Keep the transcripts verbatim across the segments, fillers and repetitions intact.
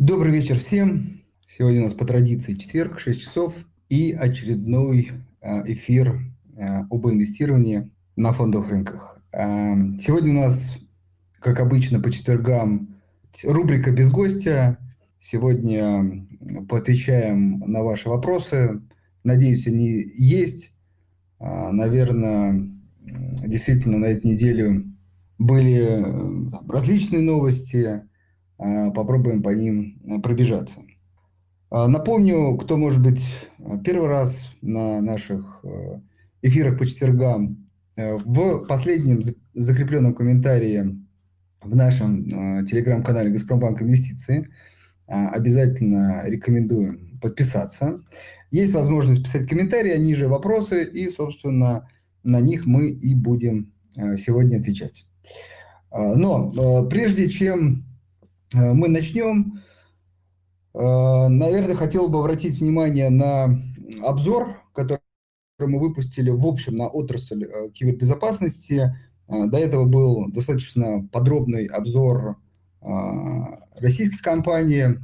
Добрый вечер всем. Сегодня у нас по традиции четверг, шесть часов и очередной э, эфир э, об инвестировании на фондовых рынках. Э, Сегодня у нас, как обычно, по четвергам рубрика «Без гостя». Сегодня поотвечаем на ваши вопросы. Надеюсь, они есть. Э, Наверное, действительно на этой неделе были э, там различные новости. Э, Попробуем по ним э, пробежаться. А, Напомню, кто, может быть, первый раз на наших э, эфирах по четвергам, э, в последнем за- закрепленном комментарии в нашем э, телеграм-канале «Газпромбанк Инвестиции» а, обязательно рекомендуем подписаться. Есть возможность писать комментарии, а ниже вопросы, и, собственно, на них мы и будем э, сегодня отвечать. А, Но э, прежде чем э, мы начнем, Э, наверное, хотел бы обратить внимание на обзор, который мы выпустили в общем на отрасль э, кибербезопасности. Э, До этого был достаточно подробный обзор э, российской компании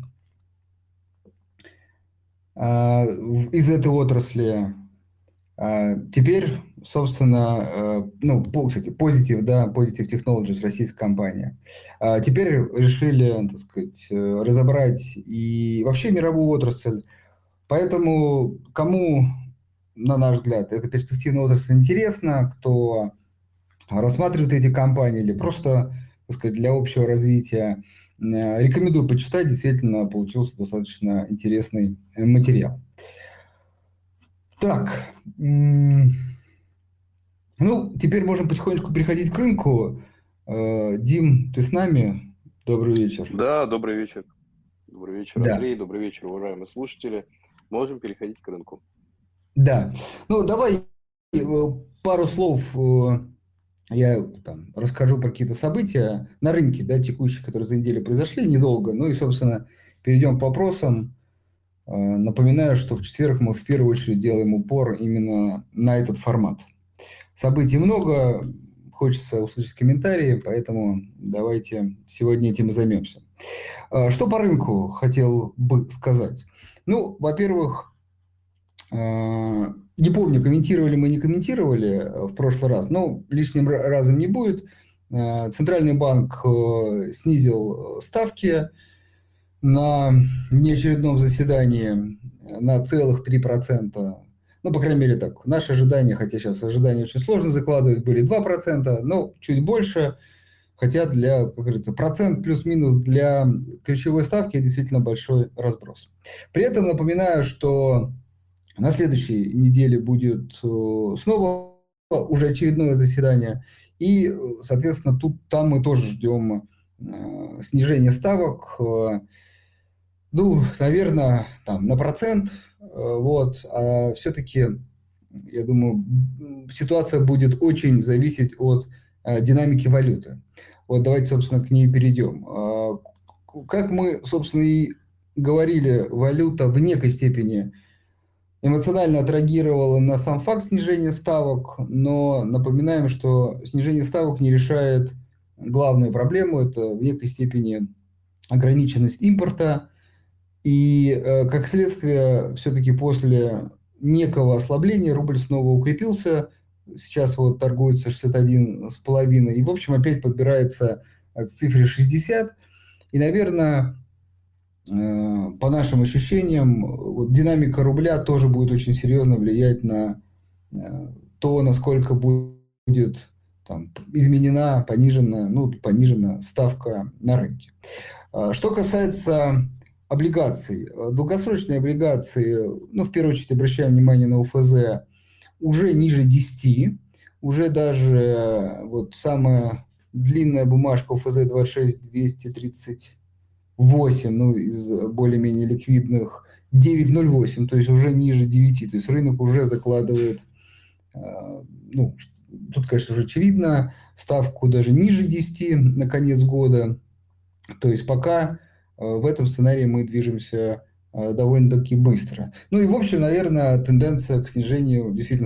э, в- из этой отрасли. А, Теперь, собственно, э, ну, по- кстати, Positive, да, Positive Technologies, российская компания. А Теперь решили, так сказать, э, разобрать и вообще мировую отрасль. Поэтому кому, на наш взгляд, эта перспективная отрасль интересна, кто рассматривает эти компании или просто, так сказать, для общего развития, э, рекомендую почитать. Действительно, получился достаточно интересный э, материал. Так, м, ну, теперь можем потихонечку переходить к рынку. Э, Дим, ты с нами? Добрый вечер. Да, добрый вечер. Добрый вечер, Да, Андрей. Добрый вечер, уважаемые слушатели. Можем переходить к рынку. да. Ну, давай э, пару слов э, я там расскажу про какие-то события на рынке, да, текущие, которые за неделю произошли, недолго. Ну и, собственно, перейдем к вопросам. Э, Напоминаю, что в четверг мы в первую очередь делаем упор именно на этот формат. Событий много, хочется услышать комментарии, поэтому давайте сегодня этим и займемся. Э, Что по рынку хотел бы сказать? Ну, во-первых, э, не помню, комментировали мы, не комментировали э, в прошлый раз, но лишним ра- разом не будет. Э, Центральный банк э, снизил э, ставки на неочередном заседании э, на целых три процента. Ну, по крайней мере, так. Наши ожидания, хотя сейчас ожидания очень сложно закладывать, были два процента, но чуть больше. Хотя для, как говорится, процент плюс-минус для ключевой ставки действительно большой разброс. При этом напоминаю, что на следующей неделе будет э, снова уже очередное заседание. И, э, соответственно, тут, там мы тоже ждем э, снижения ставок. Э, ну, наверное, там на процент. Э, вот. А все-таки, я думаю, м, ситуация будет очень зависеть от э, динамики валюты. Вот давайте, собственно, к ней перейдем. А, к- Как мы, собственно, и говорили, валюта в некой степени эмоционально отреагировала на сам факт снижения ставок, но напоминаем, что снижение ставок не решает главную проблему, это в некой степени ограниченность импорта. И э, как следствие, все-таки после некого ослабления рубль снова укрепился. Сейчас вот торгуется шестьдесят один с половиной. И, в общем, опять подбирается э, к цифре шестьдесят. И, наверное, Э, по нашим ощущениям, вот динамика рубля тоже будет очень серьезно влиять на э, то, насколько будет там, изменена, понижена, ну, понижена ставка на рынке. А, Что касается облигаций, э, долгосрочные облигации, ну, в первую очередь обращаем внимание на УФЗ, уже ниже десяти, уже даже э, вот самая длинная бумажка УФЗ двадцать шесть двести тридцать восемь, ну, из более-менее ликвидных девять ноль восемь, то есть уже ниже девяти, то есть рынок уже закладывает, э, ну, тут, конечно, уже очевидно, ставку даже ниже десяти на конец года, то есть пока э, в этом сценарии мы движемся э, довольно-таки быстро. Ну и, в общем, наверное, тенденция к снижению действительно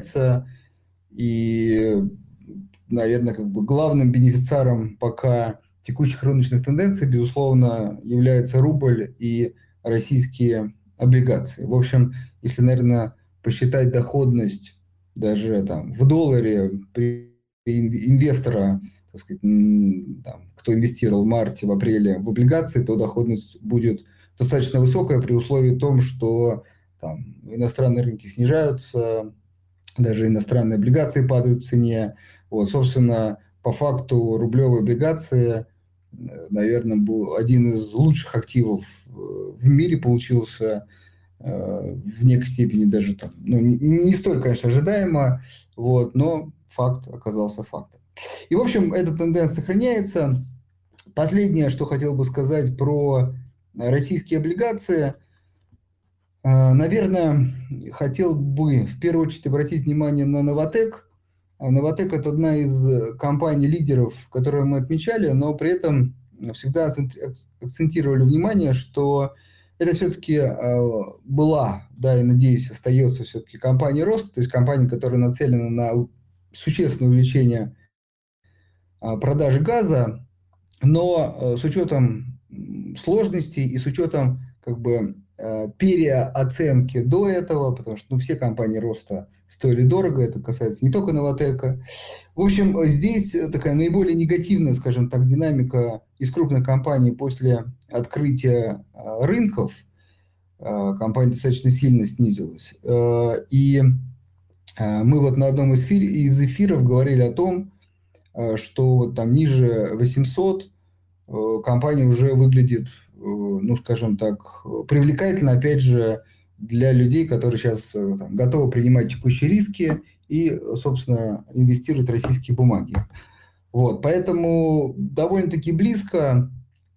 сохраняется, и, наверное, как бы главным бенефициаром пока текущих рыночных тенденций, безусловно, является рубль и российские облигации. В общем, если, наверное, посчитать доходность даже там в долларе при инвестора, так сказать, там, кто инвестировал в марте, в апреле в облигации, то доходность будет достаточно высокая при условии том, что там, иностранные рынки снижаются, даже иностранные облигации падают в цене. Вот, собственно, по факту рублевые облигации, наверное, был один из лучших активов в мире получился, в некой степени даже там, ну, не, не столь, конечно, ожидаемо, вот, но факт оказался фактом. И, в общем, эта тенденция сохраняется. Последнее, что хотел бы сказать про российские облигации, наверное, хотел бы в первую очередь обратить внимание на Новатэк. Новатэк – это одна из компаний-лидеров, которые мы отмечали, но при этом всегда акцентировали внимание, что это все-таки была, да, и, надеюсь, остается все-таки компания роста, то есть компания, которая нацелена на существенное увеличение продажи газа, но с учетом сложностей и с учетом как бы переоценки до этого, потому что ну, все компании роста стоили дорого, это касается не только Новатэка. В общем, здесь такая наиболее негативная, скажем так, динамика из крупных компаний после открытия рынков. Компания достаточно сильно снизилась. И мы вот на одном из, эфир, из эфиров говорили о том, что вот там ниже восьмисот компания уже выглядит, ну, скажем так, привлекательно, опять же, для людей, которые сейчас там, готовы принимать текущие риски и, собственно, инвестировать в российские бумаги. Вот, поэтому довольно-таки близко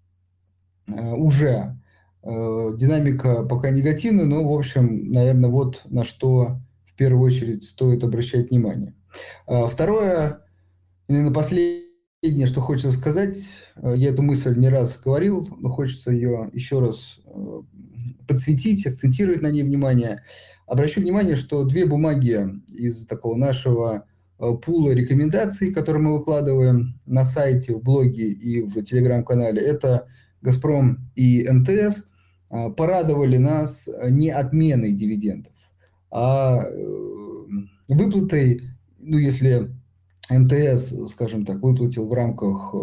уже. Динамика пока негативная, но, в общем, наверное, вот на что в первую очередь стоит обращать внимание. Второе, и, наверное, последнее, что хочется сказать, я эту мысль не раз говорил, но хочется ее еще раз подсветить, акцентировать на ней внимание. Обращу внимание, что две бумаги из такого нашего пула рекомендаций, которые мы выкладываем на сайте, в блоге и в телеграм-канале, это «Газпром» и эм тэ эс, порадовали нас не отменой дивидендов, а выплатой, ну, если эм тэ эс, скажем так, выплатил в рамках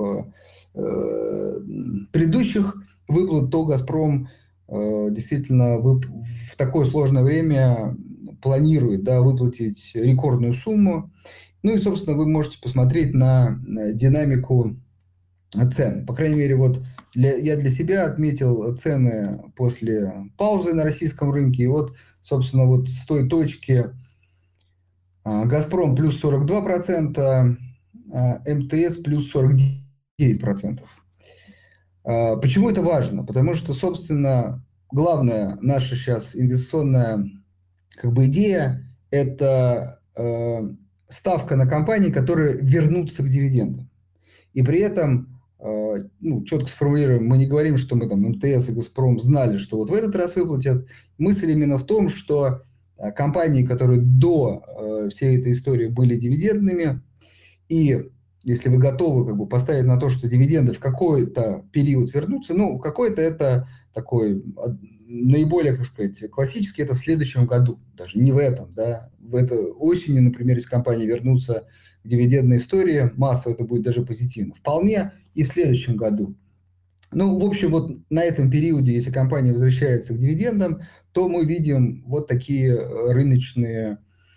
предыдущих выплат, то «Газпром» действительно в такое сложное время планирует, да, выплатить рекордную сумму. Ну и, собственно, вы можете посмотреть на динамику цен. По крайней мере, вот для, я для себя отметил цены после паузы на российском рынке. И вот, собственно, вот с той точки «Газпром» плюс сорок два процента, эм тэ эс плюс сорок девять процентов. Почему это важно? Потому что, собственно, главная наша сейчас инвестиционная как бы идея – это э, ставка на компании, которые вернутся к дивидендам. И при этом, э, ну, четко сформулируем, мы не говорим, что мы там эм тэ эс и «Газпром» знали, что вот в этот раз выплатят. Мысль именно в том, что э, компании, которые до э, всей этой истории были дивидендными, и если вы готовы как бы поставить на то, что дивиденды в какой-то период вернутся, ну, какой-то это такой наиболее, как сказать, классический, это в следующем году, даже не в этом, да, в этой осенью, например, из компании вернутся к дивидендной истории, массово это будет даже позитивно, вполне и в следующем году. Ну, в общем, вот на этом периоде, если компания возвращается к дивидендам, то мы видим вот такие рыночные,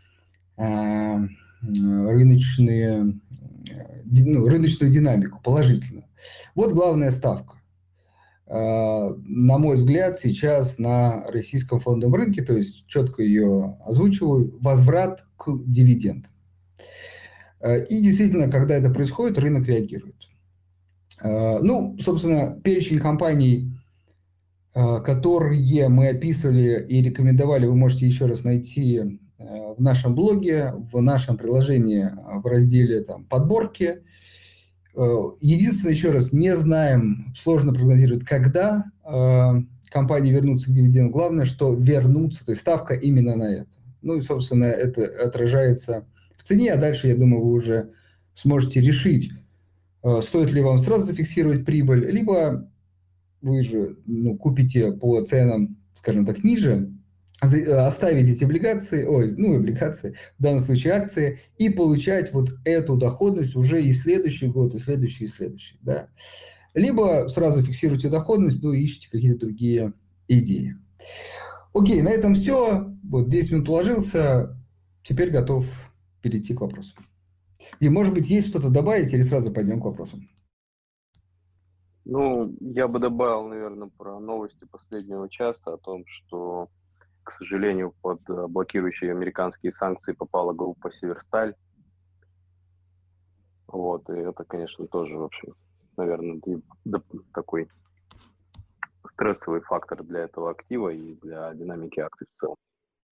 рыночные, ну, рыночную динамику положительно. Вот главная ставка. На мой взгляд, сейчас на российском фондовом рынке, то есть четко ее озвучиваю, возврат к дивидендам. И действительно, когда это происходит, рынок реагирует. Ну, собственно, перечень компаний, которые мы описывали и рекомендовали, вы можете еще раз найти в нашем блоге, в нашем приложении в разделе там, «Подборки». Единственное, еще раз, не знаем, сложно прогнозировать, когда э, компании вернутся к дивидендам. Главное, что вернутся, то есть ставка именно на это. Ну и, собственно, это отражается в цене, а дальше, я думаю, вы уже сможете решить, стоит ли вам сразу зафиксировать прибыль, либо вы же ну, купите по ценам, скажем так, ниже, оставить эти облигации, ой, ну, облигации, в данном случае акции, и получать вот эту доходность уже и следующий год, и следующий, и следующий, да. Либо сразу фиксируйте доходность, ну, и ищите какие-то другие идеи. Окей, на этом все. Вот десять минут уложился, теперь готов перейти к вопросам. И, может быть, есть что-то добавить или сразу пойдем к вопросам? Ну, я бы добавил, наверное, про новости последнего часа о том, что, к сожалению, под блокирующие американские санкции попала группа «Северсталь». Вот, и это, конечно, тоже, в общем, наверное, такой стрессовый фактор для этого актива и для динамики акций в целом.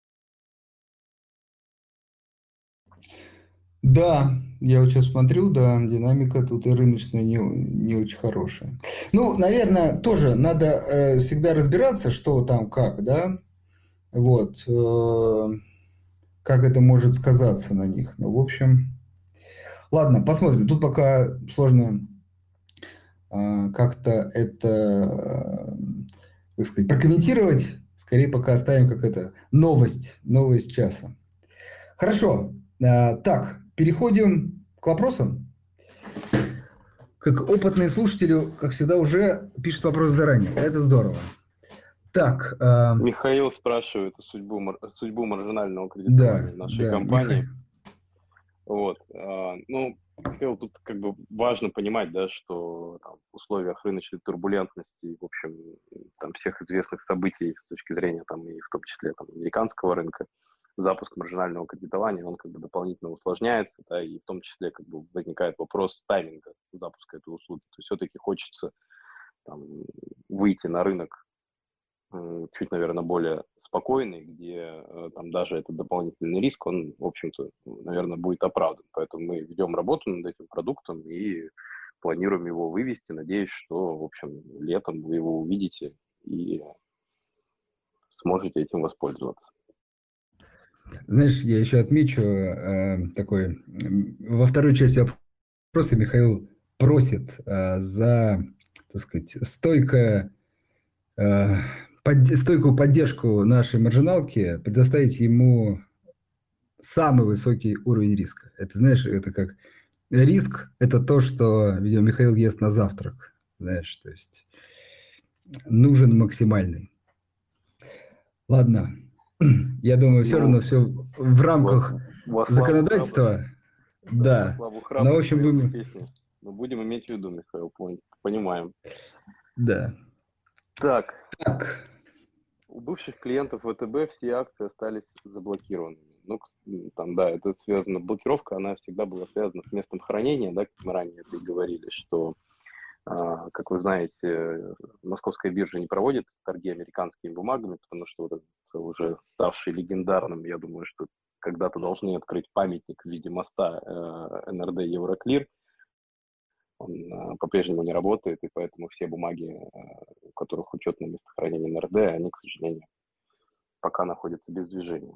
Да, я вот сейчас смотрю, да, динамика тут и рыночная не, не очень хорошая. Ну, наверное, тоже надо э, всегда разбираться, что там как, да, вот, э, как это может сказаться на них. Ну, в общем, ладно, посмотрим. Тут пока сложно э, как-то это, э, как сказать, прокомментировать. Скорее пока оставим как это новость, новость часа. Хорошо, э, так, переходим к вопросам. Как опытные слушатели, как всегда, уже пишут вопрос заранее. Это здорово. Так. Э... Михаил спрашивает судьбу, судьбу маржинального кредитования да, нашей да, компании. Миха... Вот. Ну, Михаил, тут как бы важно понимать, да, что там, в условиях рыночной турбулентности, в общем, там всех известных событий с точки зрения, там, и в том числе там, американского рынка, запуск маржинального кредитования, он как бы дополнительно усложняется, да, и в том числе как бы возникает вопрос тайминга запуска этой услуги. То есть все-таки хочется там, выйти на рынок чуть, наверное, более спокойный, где там даже этот дополнительный риск, он, в общем-то, наверное, будет оправдан. Поэтому мы ведем работу над этим продуктом и планируем его вывести. Надеюсь, что, в общем, летом вы его увидите и сможете этим воспользоваться. Знаешь, я еще отмечу э, такой, во второй части вопроса Михаил просит э, за, так сказать, стойкое, э, под, стойкую поддержку нашей маржиналки предоставить ему самый высокий уровень риска. Это, знаешь, это как риск, это то, что, видимо, Михаил ест на завтрак, знаешь, то есть нужен максимальный. Ладно. Я думаю, все ну, равно все в рамках во, во законодательства. Да. да но, в общем, будем... Мы будем иметь в виду, Михаил, понимаем. Да. Так. так. У бывших клиентов ВТБ все акции остались заблокированными. Ну, там, да, это связано, блокировка, она всегда была связана с местом хранения, да, как мы ранее это и говорили, что как вы знаете, Московская биржа не проводит торги американскими бумагами, потому что вот это уже ставший легендарным, я думаю, что когда-то должны открыть памятник в виде моста эн эр дэ Евроклир. Он по-прежнему не работает, и поэтому все бумаги, у которых учет на местохранении эн эр дэ, они, к сожалению, пока находятся без движения.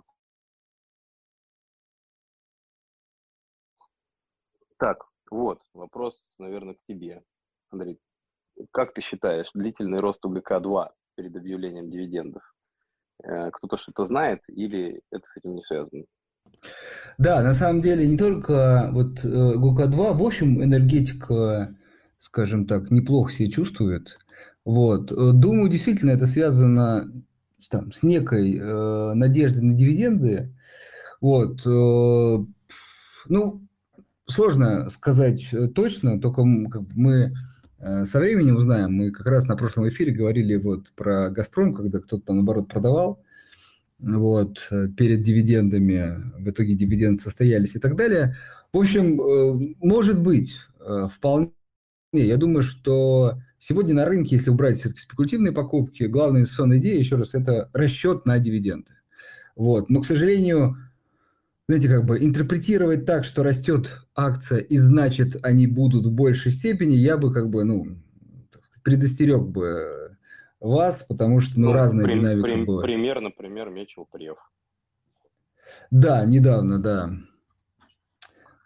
Так, вот, вопрос, наверное, к тебе. Андрей, как ты считаешь, длительный рост у гэ ка два перед объявлением дивидендов? Кто-то что-то знает или это с этим не связано? Да, на самом деле не только вот гэ ка два, в общем, энергетика, скажем так, неплохо себя чувствует. Вот. Думаю, действительно это связано там, с некой э, надеждой на дивиденды. Вот. Э, ну, сложно сказать точно, только как бы мы со временем узнаем. Мы как раз на прошлом эфире говорили вот про «Газпром», когда кто-то там, наоборот, продавал вот, перед дивидендами, в итоге дивиденды состоялись и так далее. В общем, может быть, вполне. Я думаю, что сегодня на рынке, если убрать все-таки спекулятивные покупки, главная инвестиционная идея, еще раз, это расчет на дивиденды. Вот. Но, к сожалению, знаете, как бы интерпретировать так, что растет акция, и значит, они будут в большей степени, я бы как бы, ну, предостерег бы вас, потому что, ну, ну разная при, динамика при, была. Пример, например, Мечел Прев. Да, недавно, да.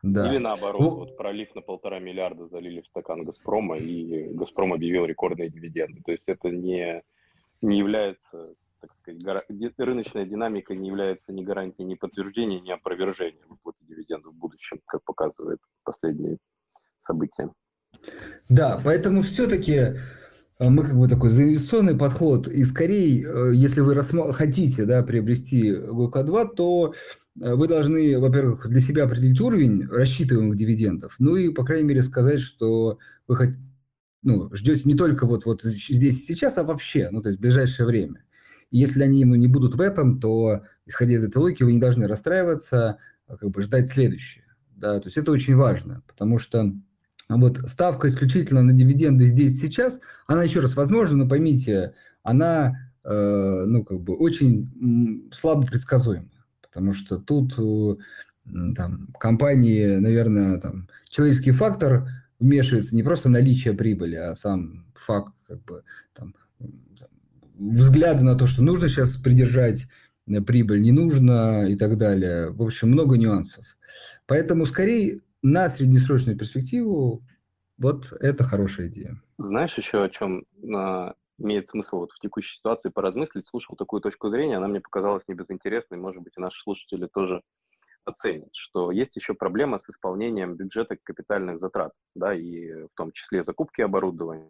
Или Да. наоборот, Ну, вот пролив на полтора миллиарда залили в стакан «Газпрома», и «Газпром» объявил рекордные дивиденды. То есть это не, не является, так сказать, гара... рыночная динамика не является ни гарантией, ни подтверждением, ни опровержением выплаты дивидендов в будущем, как показывают последние события. да, поэтому все-таки мы как бы такой заинвестиционный подход, и скорее, э, если вы рассма- хотите, да, приобрести ГОК два, то э, вы должны, во-первых, для себя определить уровень рассчитываемых дивидендов, ну и, по крайней мере, сказать, что вы хот- ну, ждете не только вот, вот здесь и сейчас, а вообще, ну, то есть в ближайшее время. И если они, ну, не будут в этом, то, исходя из этой логики, вы не должны расстраиваться, а как бы ждать следующее. Да, то есть это очень важно, потому что вот ставка исключительно на дивиденды здесь сейчас, она еще раз возможна, но поймите, она, э, ну, как бы очень м, слабо предсказуема, потому что тут э, м, там компании, наверное, там человеческий фактор вмешивается, не просто наличие прибыли, а сам факт, как бы, там, м, взгляды на то, что нужно сейчас придержать э, прибыль, не нужно и так далее. В общем, много нюансов. Поэтому скорее на среднесрочную перспективу вот это хорошая идея. Знаешь еще о чем а, имеет смысл вот в текущей ситуации поразмыслить? Слушал такую точку зрения, она мне показалась не безинтересной, может быть, и наши слушатели тоже оценят, что есть еще проблема с исполнением бюджета капитальных затрат, да, и в том числе закупки оборудования,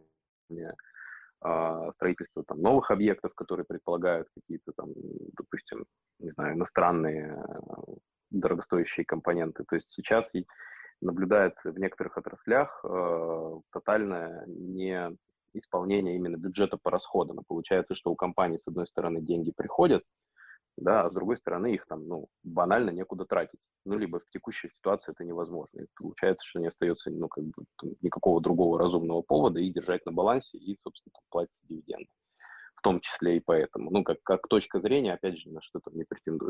а, строительство там новых объектов, которые предполагают какие-то там, допустим, не знаю, иностранные а, дорогостоящие компоненты. То есть сейчас и наблюдается в некоторых отраслях э, тотальное неисполнение именно бюджета по расходам. И получается, что у компаний, с одной стороны, деньги приходят, да, а с другой стороны, их там, ну, банально некуда тратить. Ну, либо в текущей ситуации это невозможно. И получается, что не остается, ну, как бы, там, никакого другого разумного повода и держать на балансе, и, собственно, там, платить дивиденды. В том числе и поэтому. Ну, как, как точка зрения, опять же, на что-то не претендую.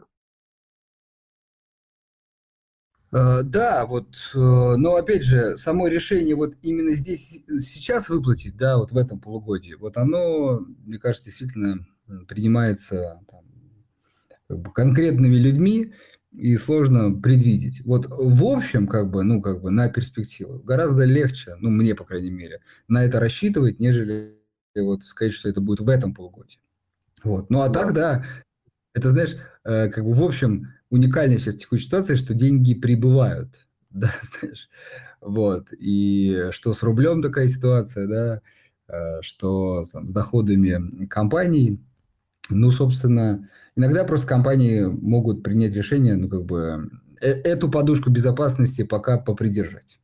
Э, Да, вот, э, но опять же, само решение вот именно здесь, э, сейчас выплатить, да, вот в этом полугодии, вот оно, мне кажется, действительно м, принимается там, как бы конкретными людьми и сложно предвидеть. Вот в общем, как бы, ну, как бы на перспективу гораздо легче, ну, мне, по крайней мере, на это рассчитывать, нежели вот сказать, что это будет в этом полугодии. Вот. Ну, а так, Да. да, это, знаешь, э, как бы в общем уникальная сейчас текущая ситуация, что деньги прибывают, да, знаешь, вот, и что с рублем такая ситуация, да, э, что там, с доходами компаний, ну, собственно, иногда просто компании могут принять решение, ну, как бы, э- эту подушку безопасности пока попридержать.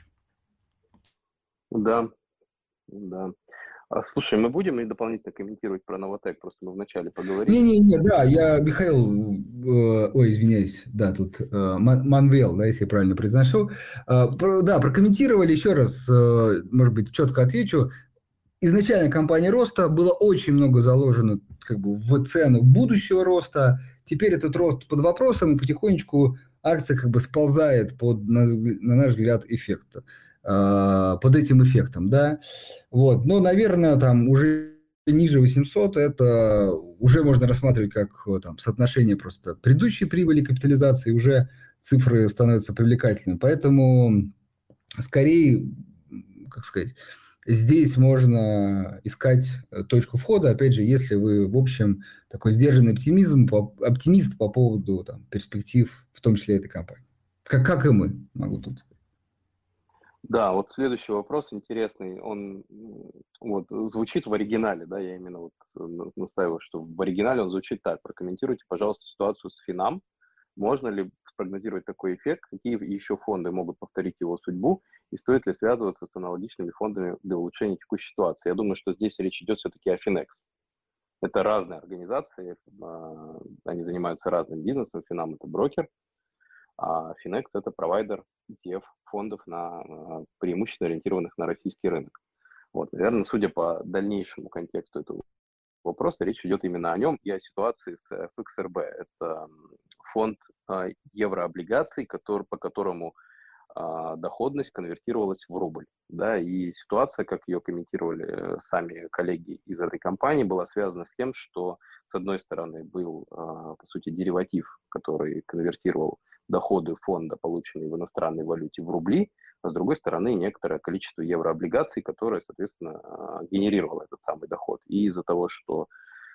Да, да. А, слушай, мы будем и дополнительно комментировать про Новотек, просто мы вначале поговорили. Не-не-не, да, я Михаил, э, ой, извиняюсь, да, тут э, Ман- Манвел, да, если я правильно произношу. Э, про- да, прокомментировали еще раз, э, может быть, четко отвечу. Изначально компания роста было очень много заложено как бы в цену будущего роста. Теперь этот рост под вопросом, и потихонечку акция как бы сползает под, на, на наш взгляд, эффект, э, под этим эффектом, да. Вот, но, наверное, там уже ниже восьмисот это уже можно рассматривать как э, там соотношение просто предыдущей прибыли капитализации, уже цифры становятся привлекательными. Поэтому скорее, как сказать, здесь можно искать э, точку входа, опять же, если вы, в общем, такой сдержанный оптимизм, по- оптимист по поводу там, перспектив, в том числе этой компании. Как, как и мы, могу тут сказать. Да, вот следующий вопрос интересный, он м, вот звучит в оригинале, да, я именно вот э, на- настаиваю, что в оригинале он звучит так. Прокомментируйте, пожалуйста, ситуацию с Финам. Можно ли спрогнозировать такой эффект? Какие еще фонды могут повторить его судьбу? И стоит ли связываться с аналогичными фондами для улучшения текущей ситуации? Я думаю, что здесь речь идет все-таки о Finex. Это разные организации, а, они занимаются разным бизнесом. Финам– это брокер, а Finex– это провайдер и ти эф-фондов, на, а, преимущественно ориентированных на российский рынок. Вот, наверное, судя по дальнейшему контексту этого вопроса, речь идет именно о нем и о ситуации с эф икс эр би. Это фонд а, еврооблигаций, который, по которому а, доходность конвертировалась в рубль. Да, и ситуация, как ее комментировали э, сами коллеги из этой компании, была связана с тем, что, с одной стороны, был, а, по сути, дериватив, который конвертировал доходы фонда, полученные в иностранной валюте, в рубли, а с другой стороны некоторое количество еврооблигаций, которое, соответственно, генерировало этот самый доход. И из-за того, что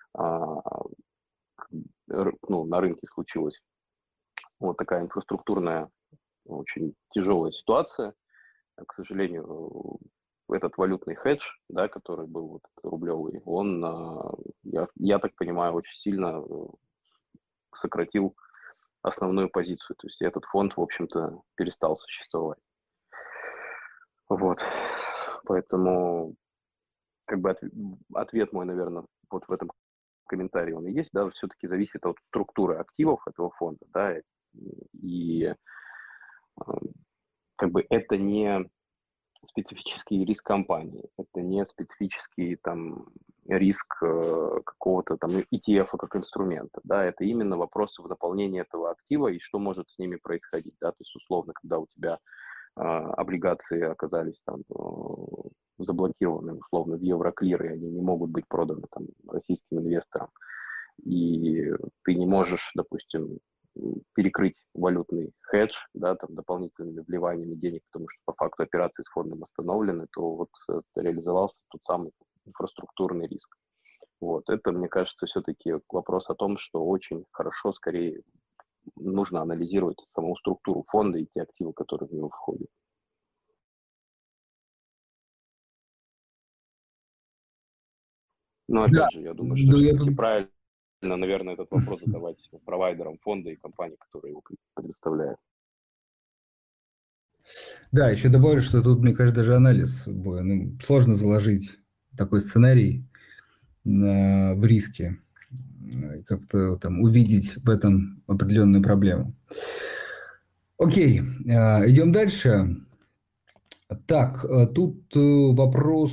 ну, на рынке случилась вот такая инфраструктурная, очень тяжелая ситуация, к сожалению, этот валютный хедж, да, который был вот рублевый, он, я, я так понимаю, очень сильно сократил основную позицию. То есть этот фонд, в общем-то, перестал существовать. Вот. Поэтому как бы ответ мой, наверное, вот в этом комментарии он и есть, да, все-таки зависит от структуры активов этого фонда, да, и как бы это не специфический риск компании, это не специфический там риск э, какого-то там и ти эф как инструмента, да, это именно вопросы в наполнении этого актива и что может с ними происходить, да, то есть условно, когда у тебя э, облигации оказались там э, заблокированы условно в Евроклир, и они не могут быть проданы там российским инвесторам, и ты не можешь, допустим, перекрыть валютный хедж, да, там, дополнительными вливаниями денег, потому что по факту операции с фондом остановлены, то вот реализовался тот самый инфраструктурный риск. Вот. Это, мне кажется, все-таки вопрос о том, что очень хорошо, скорее, нужно анализировать саму структуру фонда и те активы, которые в него входят. Но опять Да. же, я думаю, что Да, я все-таки тут... правильно, наверное, этот вопрос задавать провайдерам фонда и компаниям, которые его предоставляют. Да, еще добавлю, что тут, мне кажется, даже анализ, ну, сложно заложить такой сценарий на, в риске, как-то там увидеть в этом определенную проблему. Окей, идем дальше. Так, тут вопрос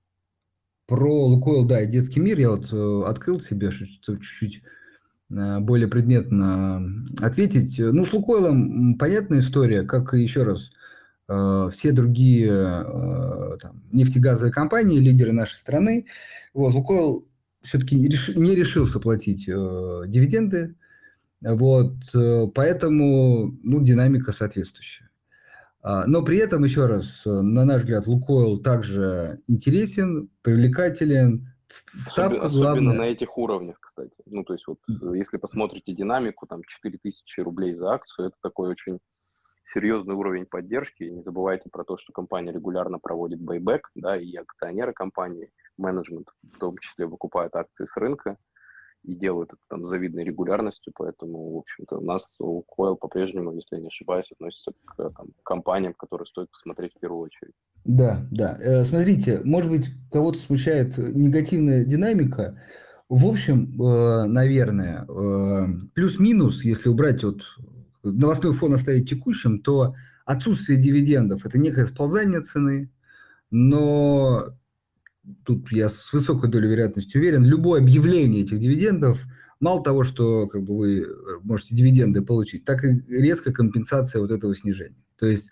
про Лукойл, да, и детский мир. Я вот открыл себе, чтобы чуть-чуть более предметно ответить. Ну, с Лукойлом понятная история, как и еще раз, все другие там, нефтегазовые компании, лидеры нашей страны. Вот, Лукойл все-таки не решился платить э, дивиденды, вот, поэтому ну, динамика соответствующая. Но при этом, еще раз, на наш взгляд, Лукойл также интересен, привлекателен. Ставка Особенно, главная. особенно на этих уровнях, кстати. Ну, то есть вот если посмотрите динамику, там четыре тысячи рублей за акцию, это такой очень серьезный уровень поддержки. И не забывайте про то, что компания регулярно проводит байбек, да, и акционеры компании, менеджмент в том числе выкупают акции с рынка и делают это там с завидной регулярностью, поэтому, в общем-то, у нас Лукойл по-прежнему, если я не ошибаюсь, относится к там, компаниям, которые стоит посмотреть в первую очередь. Да, да. Смотрите, может быть, кого-то смущает негативная динамика. В общем, наверное, плюс-минус, если убрать вот новостной фон оставить текущим, то отсутствие дивидендов – это некое сползание цены, но тут я с высокой долей вероятности уверен, любое объявление этих дивидендов, мало того, что как бы, вы можете дивиденды получить, так и резкая компенсация вот этого снижения. То есть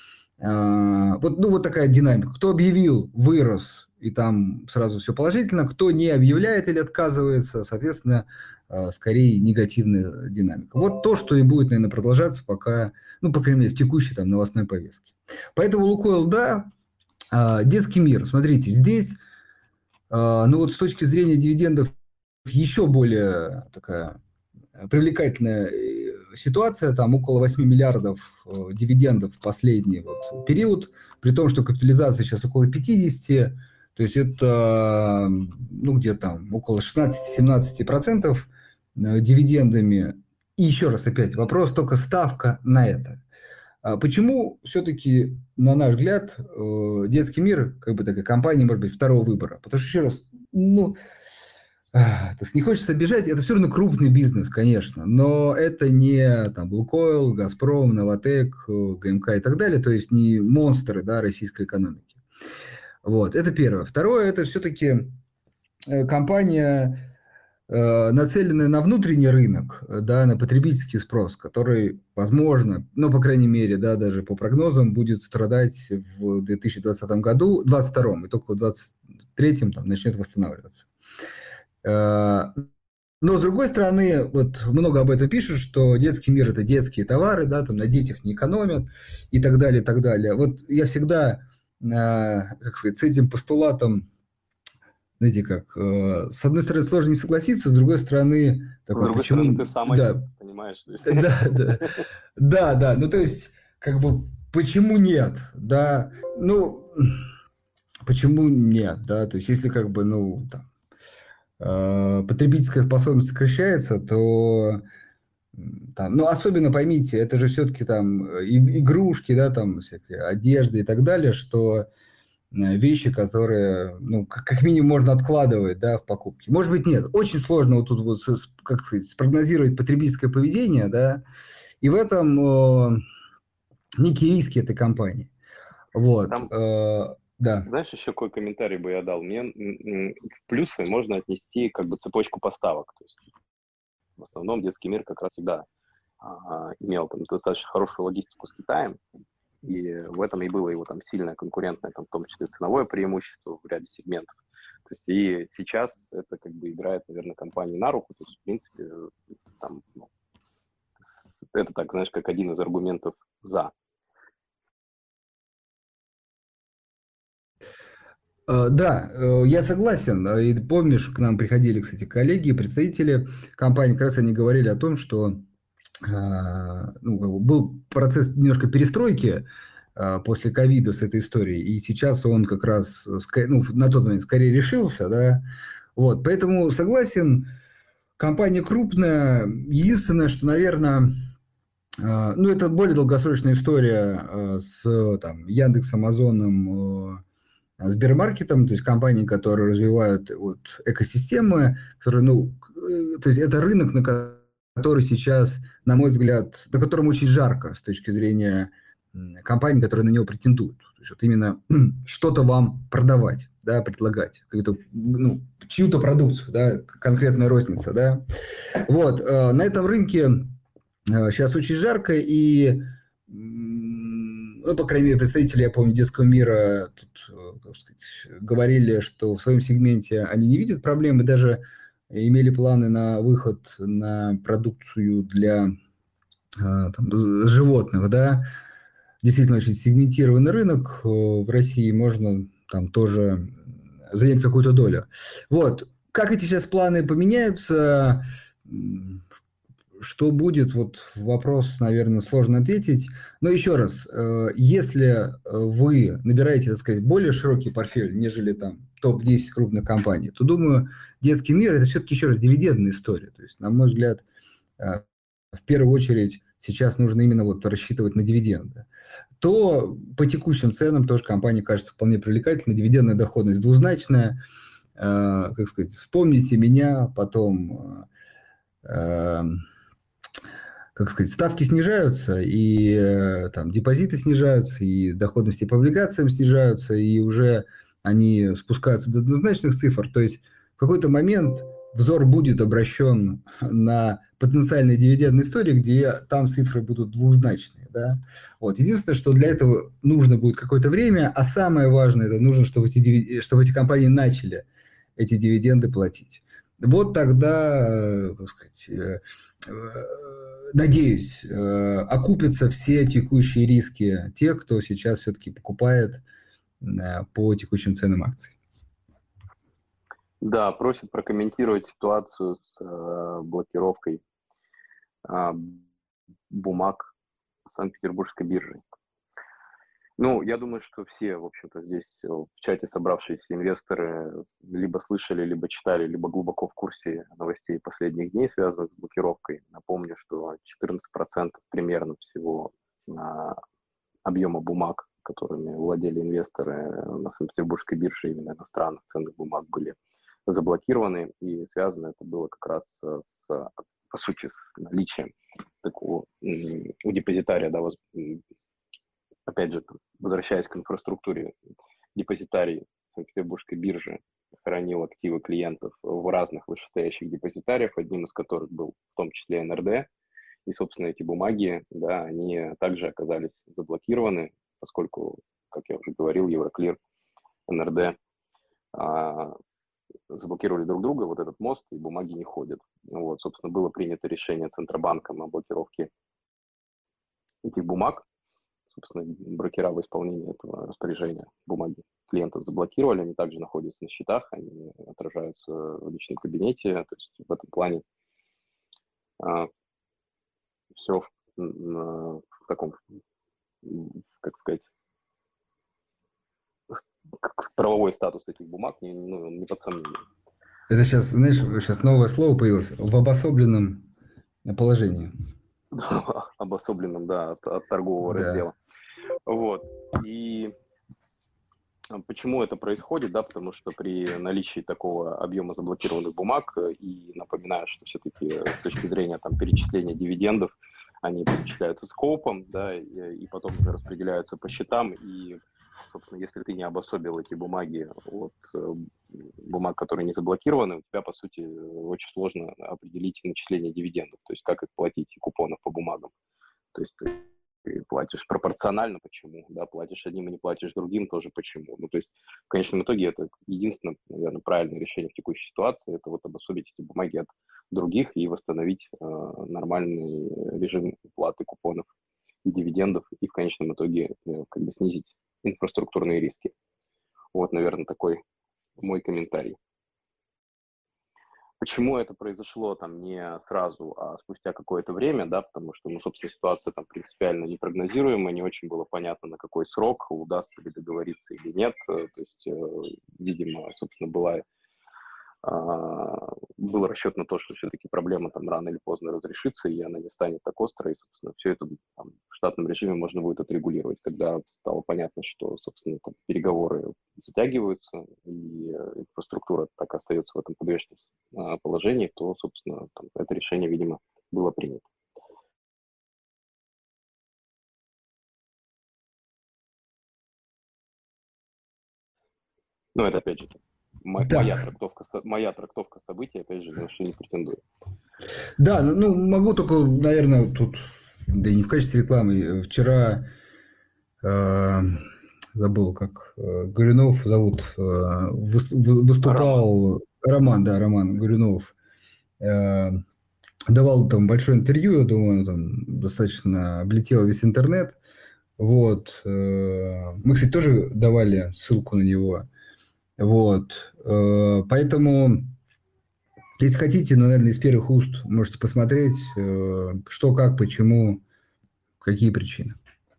э, вот, ну, вот такая динамика. Кто объявил, вырос, и там сразу все положительно. Кто не объявляет или отказывается, соответственно, э, скорее негативная динамика. Вот то, что и будет, наверное, продолжаться пока, ну, по крайней мере, в текущей там новостной повестке. Поэтому Лукойл, да. Детский мир, смотрите, здесь, ну вот с точки зрения дивидендов, еще более такая привлекательная ситуация, там около восемь миллиардов дивидендов в последний вот период, при том, что капитализация сейчас около пятьдесят, то есть это, ну, где-то около шестнадцать-семнадцать процентов дивидендами. И еще раз опять, вопрос только ставка на это. Почему все-таки, на наш взгляд, детский мир, как бы такая компания, может быть, второго выбора? Потому что, еще раз, ну, то есть не хочется обижать, это все равно крупный бизнес, конечно, но это не там Лукойл, Газпром, Новатэк, ГМК и так далее, то есть не монстры, да, российской экономики. Вот, это первое. Второе, это все-таки компания, нацеленная на внутренний рынок, да, на потребительский спрос, который, возможно, ну, по крайней мере, да, даже по прогнозам, будет страдать в две тысячи двадцатом году, двадцать втором, и только в двадцать третьем там начнет восстанавливаться. Но, с другой стороны, вот много об этом пишут, что детский мир – это детские товары, да, там на детях не экономят и так далее, и так далее. Вот я всегда, э, как сказать, с этим постулатом, знаете как, э, с одной стороны, сложно не согласиться, с другой стороны, С такой, другой стороны, почему, ты сам отец, да, понимаешь? То есть да, да, да, да, ну то есть, как бы, почему нет, да, ну, почему нет, да, то есть, если как бы, ну, там, э, потребительская способность сокращается, то м, там, ну, особенно поймите, это же все-таки там э, и- игрушки, да, там всякая одежда и так далее, что э, вещи, которые, ну, как, как минимум можно откладывать, да, в покупке. Может быть, нет. Очень сложно вот тут вот, с- как сказать, спрогнозировать потребительское поведение, да, и в этом э, некие риски этой компании. Вот, там, э, да. знаешь, еще какой комментарий бы я дал? Мне м, м, в плюсы можно отнести как бы цепочку поставок. То есть в основном детский мир как раз всегда а, имел там достаточно хорошую логистику с Китаем, и в этом и было его там сильное конкурентное, там, в том числе ценовое преимущество в ряде сегментов. То есть и сейчас это как бы играет, наверное, компании на руку. То есть, в принципе, там, ну, это так, знаешь, как один из аргументов за. Э, Да, э, я согласен. Э, И помнишь, к нам приходили, кстати, коллеги, представители компании, как раз они говорили о том, что а, ну, как бы был процесс немножко перестройки а, после ковида с этой историей, и сейчас он как раз, э, ска- ну, на тот момент скорее решился, да, вот, поэтому согласен, компания крупная, единственное, что, наверное, а, ну, это более долгосрочная история а, с там, Яндексом, Амазоном, э, Сбермаркетом, то есть компании, которые развивают вот, экосистемы, которые, ну, к- э, то есть это рынок, на ко- который сейчас, на мой взгляд, на котором очень жарко с точки зрения м, компаний, которые на него претендуют. То есть вот именно что-то вам продавать, да, предлагать, какую-то, ну, чью-то продукцию, да, конкретная розница, да. Вот, э, на этом рынке сейчас очень жарко, и, м, ну, по крайней мере, представители, я помню, детского мира тут, э, как сказать, говорили, что в своем сегменте они не видят проблемы, даже имели планы на выход на продукцию для а, там, з- животных, да. Действительно очень сегментированный рынок э, в России, можно там тоже занять какую-то долю. Вот. Как эти сейчас планы поменяются, м, что будет, вот вопрос, наверное, сложно ответить. Но еще раз, э, если э, вы набираете, так сказать, более широкий портфель, нежели там топ десять крупных компаний, то, думаю, детский мир – это все-таки еще раз дивидендная история. То есть, на мой взгляд, э, в первую очередь сейчас нужно именно вот рассчитывать на дивиденды. То по текущим ценам тоже компания кажется вполне привлекательной, дивидендная доходность двузначная. Э, Как сказать, вспомните меня, потом э, э, как сказать, ставки снижаются, и э, там депозиты снижаются, и доходности по облигациям снижаются, и уже они спускаются до однозначных цифр. То есть в какой-то момент взор будет обращен на потенциальные дивидендные истории, где там цифры будут двузначные. Да? Вот. Единственное, что для этого нужно будет какое-то время, а самое важное, это нужно, чтобы эти, диви- чтобы эти компании начали эти дивиденды платить. Вот тогда, э, как сказать, э, э, надеюсь, э, окупятся все текущие риски тех, кто сейчас все-таки покупает э, по текущим ценам акций. Да, просят прокомментировать ситуацию с э, блокировкой а, бумаг Санкт-Петербургской биржи. Ну, я думаю, что все, в общем-то, здесь э, в чате собравшиеся инвесторы либо слышали, либо читали, либо глубоко в курсе новостей последних дней, связанных с блокировкой. Напомню, что четырнадцать процентов примерно всего а, объема бумаг, которыми владели инвесторы на Санкт-Петербургской бирже, именно иностранных ценных бумаг, были заблокированы, и связано это было как раз с, по сути, с наличием такого у депозитария, да, опять же, возвращаясь к инфраструктуре, депозитарий Санкт-Петербургской биржи хранил активы клиентов в разных вышестоящих депозитариях, одним из которых был в том числе эн эр дэ. И, собственно, эти бумаги, да, они также оказались заблокированы, поскольку, как я уже говорил, Евроклир, эн эр дэ а, заблокировали друг друга, вот этот мост, и бумаги не ходят. Вот, собственно, было принято решение Центробанком о блокировке этих бумаг. Собственно, брокера в исполнении этого распоряжения бумаги клиентов заблокировали, они также находятся на счетах, они отражаются в личном кабинете, то есть в этом плане а, все в, в таком, как сказать, правовой статус этих бумаг не, ну, не под сомнением. Это сейчас, знаешь, сейчас новое слово появилось, в обособленном положении. Обособленном, да, от, от торгового Да. раздела. Вот. И почему это происходит, да, потому что при наличии такого объема заблокированных бумаг, и напоминаю, что все-таки с точки зрения там, перечисления дивидендов, они перечисляются скопом, да, и, и потом уже распределяются по счетам, и, собственно, если ты не обособил эти бумаги от бумаг, которые не заблокированы, у тебя, по сути, очень сложно определить начисление дивидендов, то есть как их платить, и купонов по бумагам. То есть ты ты платишь пропорционально, почему, да, платишь одним и не платишь другим, тоже почему. Ну, то есть, в конечном итоге, это единственное, наверное, правильное решение в текущей ситуации, это вот обособить эти бумаги от других и восстановить э, нормальный режим уплаты купонов и дивидендов, и в конечном итоге э, как бы снизить инфраструктурные риски. Вот, наверное, такой мой комментарий. Почему это произошло там не сразу, а спустя какое-то время, да, потому что, ну, собственно, ситуация там принципиально непрогнозируемая, не очень было понятно, на какой срок, удастся ли договориться или нет, то есть, видимо, собственно, была, был расчет на то, что все-таки проблема там рано или поздно разрешится, и она не станет так острой, и, собственно, все это там, в штатном режиме можно будет отрегулировать. Когда стало понятно, что, собственно, там, переговоры затягиваются, и инфраструктура так остается в этом подвешенном положении, то, собственно, там, это решение, видимо, было принято. Но это, опять же, Мо- Да. моя трактовка, со- моя трактовка событий, опять же, на что не претендую. Да, ну, ну, могу только, наверное, тут, да и не в качестве рекламы, вчера э, забыл, как э, Горюнов зовут, э, выс- вы- выступал, Роман, да, Роман Горюнов, э, давал там большое интервью, я думаю, он там достаточно облетел весь интернет. Вот. э, Мы, кстати, тоже давали ссылку на него. Вот. э, Поэтому, если хотите, ну, наверное, из первых уст можете посмотреть, э, что, как, почему, какие причины.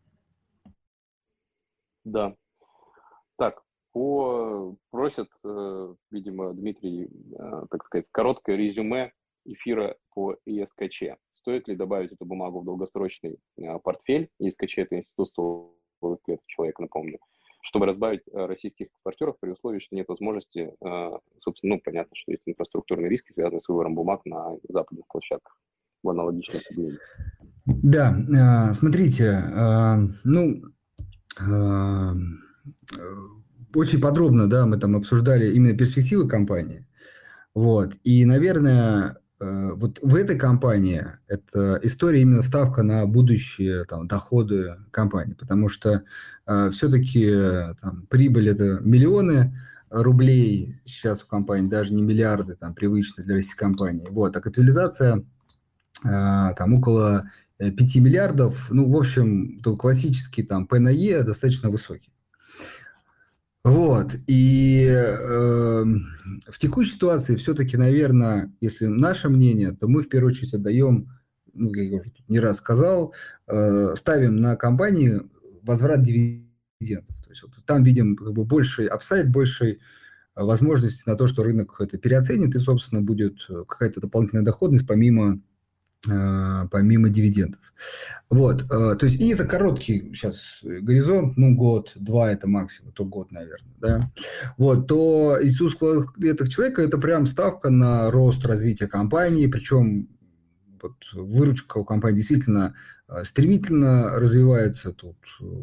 Да. Так, по... просят, э, видимо, Дмитрий, э, так сказать, короткое резюме эфира по и эс ка че. Стоит ли добавить эту бумагу в долгосрочный э, портфель? и эс ка че – это институт стволовых клеток человека, напомню, чтобы разбавить э, российских экспортеров при условии, что нет возможности, э, собственно, ну, понятно, что есть инфраструктурные риски, связанные с выбором бумаг на западных площадках в аналогичном сегменте. Да, э, смотрите, э, ну, э, очень подробно, да, мы там обсуждали именно перспективы компании. Вот. И, наверное, э, вот в этой компании это история именно ставка на будущие там, доходы компании, потому что э, все-таки там, прибыль – это миллионы рублей сейчас в компании, даже не миллиарды, там, привычные для российской компании. Вот. А капитализация э, там около пяти миллиардов, ну, в общем, то классический там П на Е достаточно высокий. Вот, и э, в текущей ситуации все-таки, наверное, если наше мнение, то мы в первую очередь отдаем, ну, я уже тут не раз сказал, э, ставим на компании возврат дивидендов. То есть вот там видим как бы больший апсайд, большей возможности на то, что рынок это переоценит, и, собственно, будет какая-то дополнительная доходность помимо помимо дивидендов. Вот, то есть, и это короткий сейчас горизонт, ну, год, два это максимум, то год, наверное, да. Вот, то из узких клеток человека это прям ставка на рост развития компании, причем вот, выручка у компании действительно стремительно развивается, тут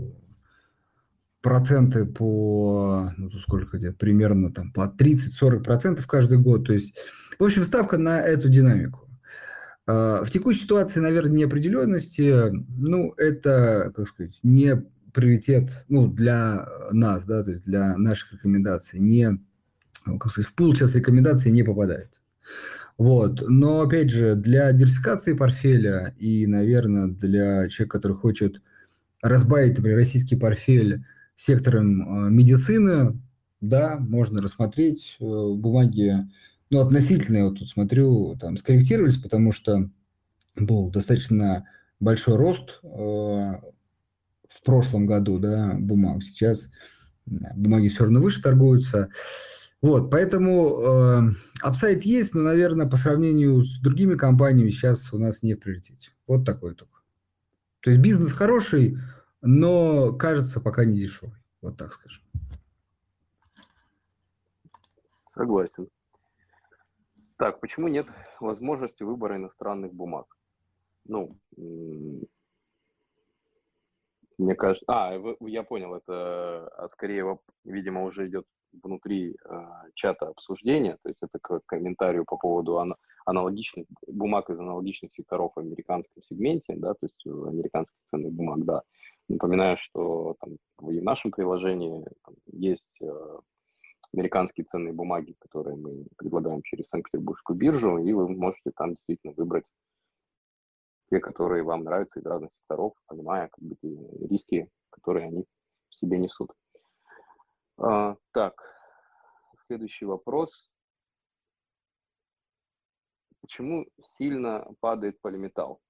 проценты по, ну, сколько где-то, примерно там по тридцать-сорок процентов каждый год, то есть, в общем, ставка на эту динамику. В текущей ситуации, наверное, неопределенности, ну, это, как сказать, не приоритет, ну, для нас, да, то есть для наших рекомендаций, не как сказать, в пул сейчас рекомендаций не попадает. Вот. Но, опять же, для диверсификации портфеля и, наверное, для человека, который хочет разбавить, например, российский портфель сектором э, медицины, да, можно рассмотреть э, бумаги, ну, относительно, я вот тут смотрю, там, скорректировались, потому что был достаточно большой рост э, в прошлом году, да, бумаг. Сейчас бумаги все равно выше торгуются. Вот, поэтому э, апсайд есть, но, наверное, по сравнению с другими компаниями сейчас у нас не в приоритете. Вот такой только. То есть бизнес хороший, но кажется пока не дешевый. Вот так скажем. Согласен. Так, почему нет возможности выбора иностранных бумаг? Ну, мне кажется... А, я понял, это а, скорее, видимо, уже идет внутри э, чата обсуждения, то есть это к комментарию по поводу ан- аналогичных бумаг из аналогичных секторов в американском сегменте, да, то есть американских ценных бумаг, да. Напоминаю, что там, и в нашем приложении там, есть э, американские ценные бумаги, которые мы предлагаем через Санкт-Петербургскую биржу, и вы можете там действительно выбрать те, которые вам нравятся из разных секторов, понимая как бы, риски, которые они в себе несут. А, так, следующий вопрос. Почему сильно падает полиметалл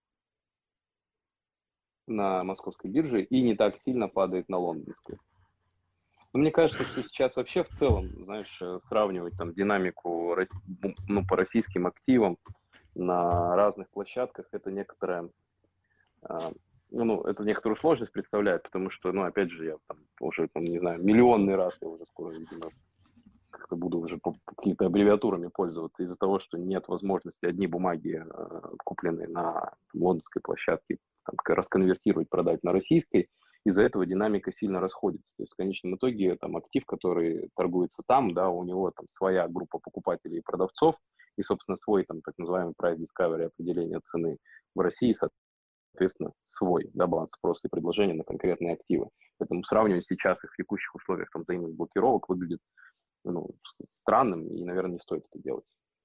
на московской бирже и не так сильно падает на лондонской? Ну, мне кажется, что сейчас вообще в целом, знаешь, сравнивать там динамику ну, по российским активам на разных площадках, это некоторая, ну, это некоторую сложность представляет, потому что, ну, опять же, я там уже, там, не знаю, миллионный раз я уже скоро, видимо, как-то буду уже по, по какими-то аббревиатурами пользоваться из-за того, что нет возможности одни бумаги, э, купленные на там, лондонской площадке, там, расконвертировать, продать на российской. Из-за этого динамика сильно расходится. То есть в конечном итоге там актив, который торгуется там, да, у него там своя группа покупателей и продавцов, и, собственно, свой там так называемый price discovery определение цены в России, соответственно, свой, да, баланс спроса и предложения на конкретные активы. Поэтому сравнивать сейчас их в текущих условиях там, взаимных блокировок выглядит ну, странным, и, наверное, не стоит это делать.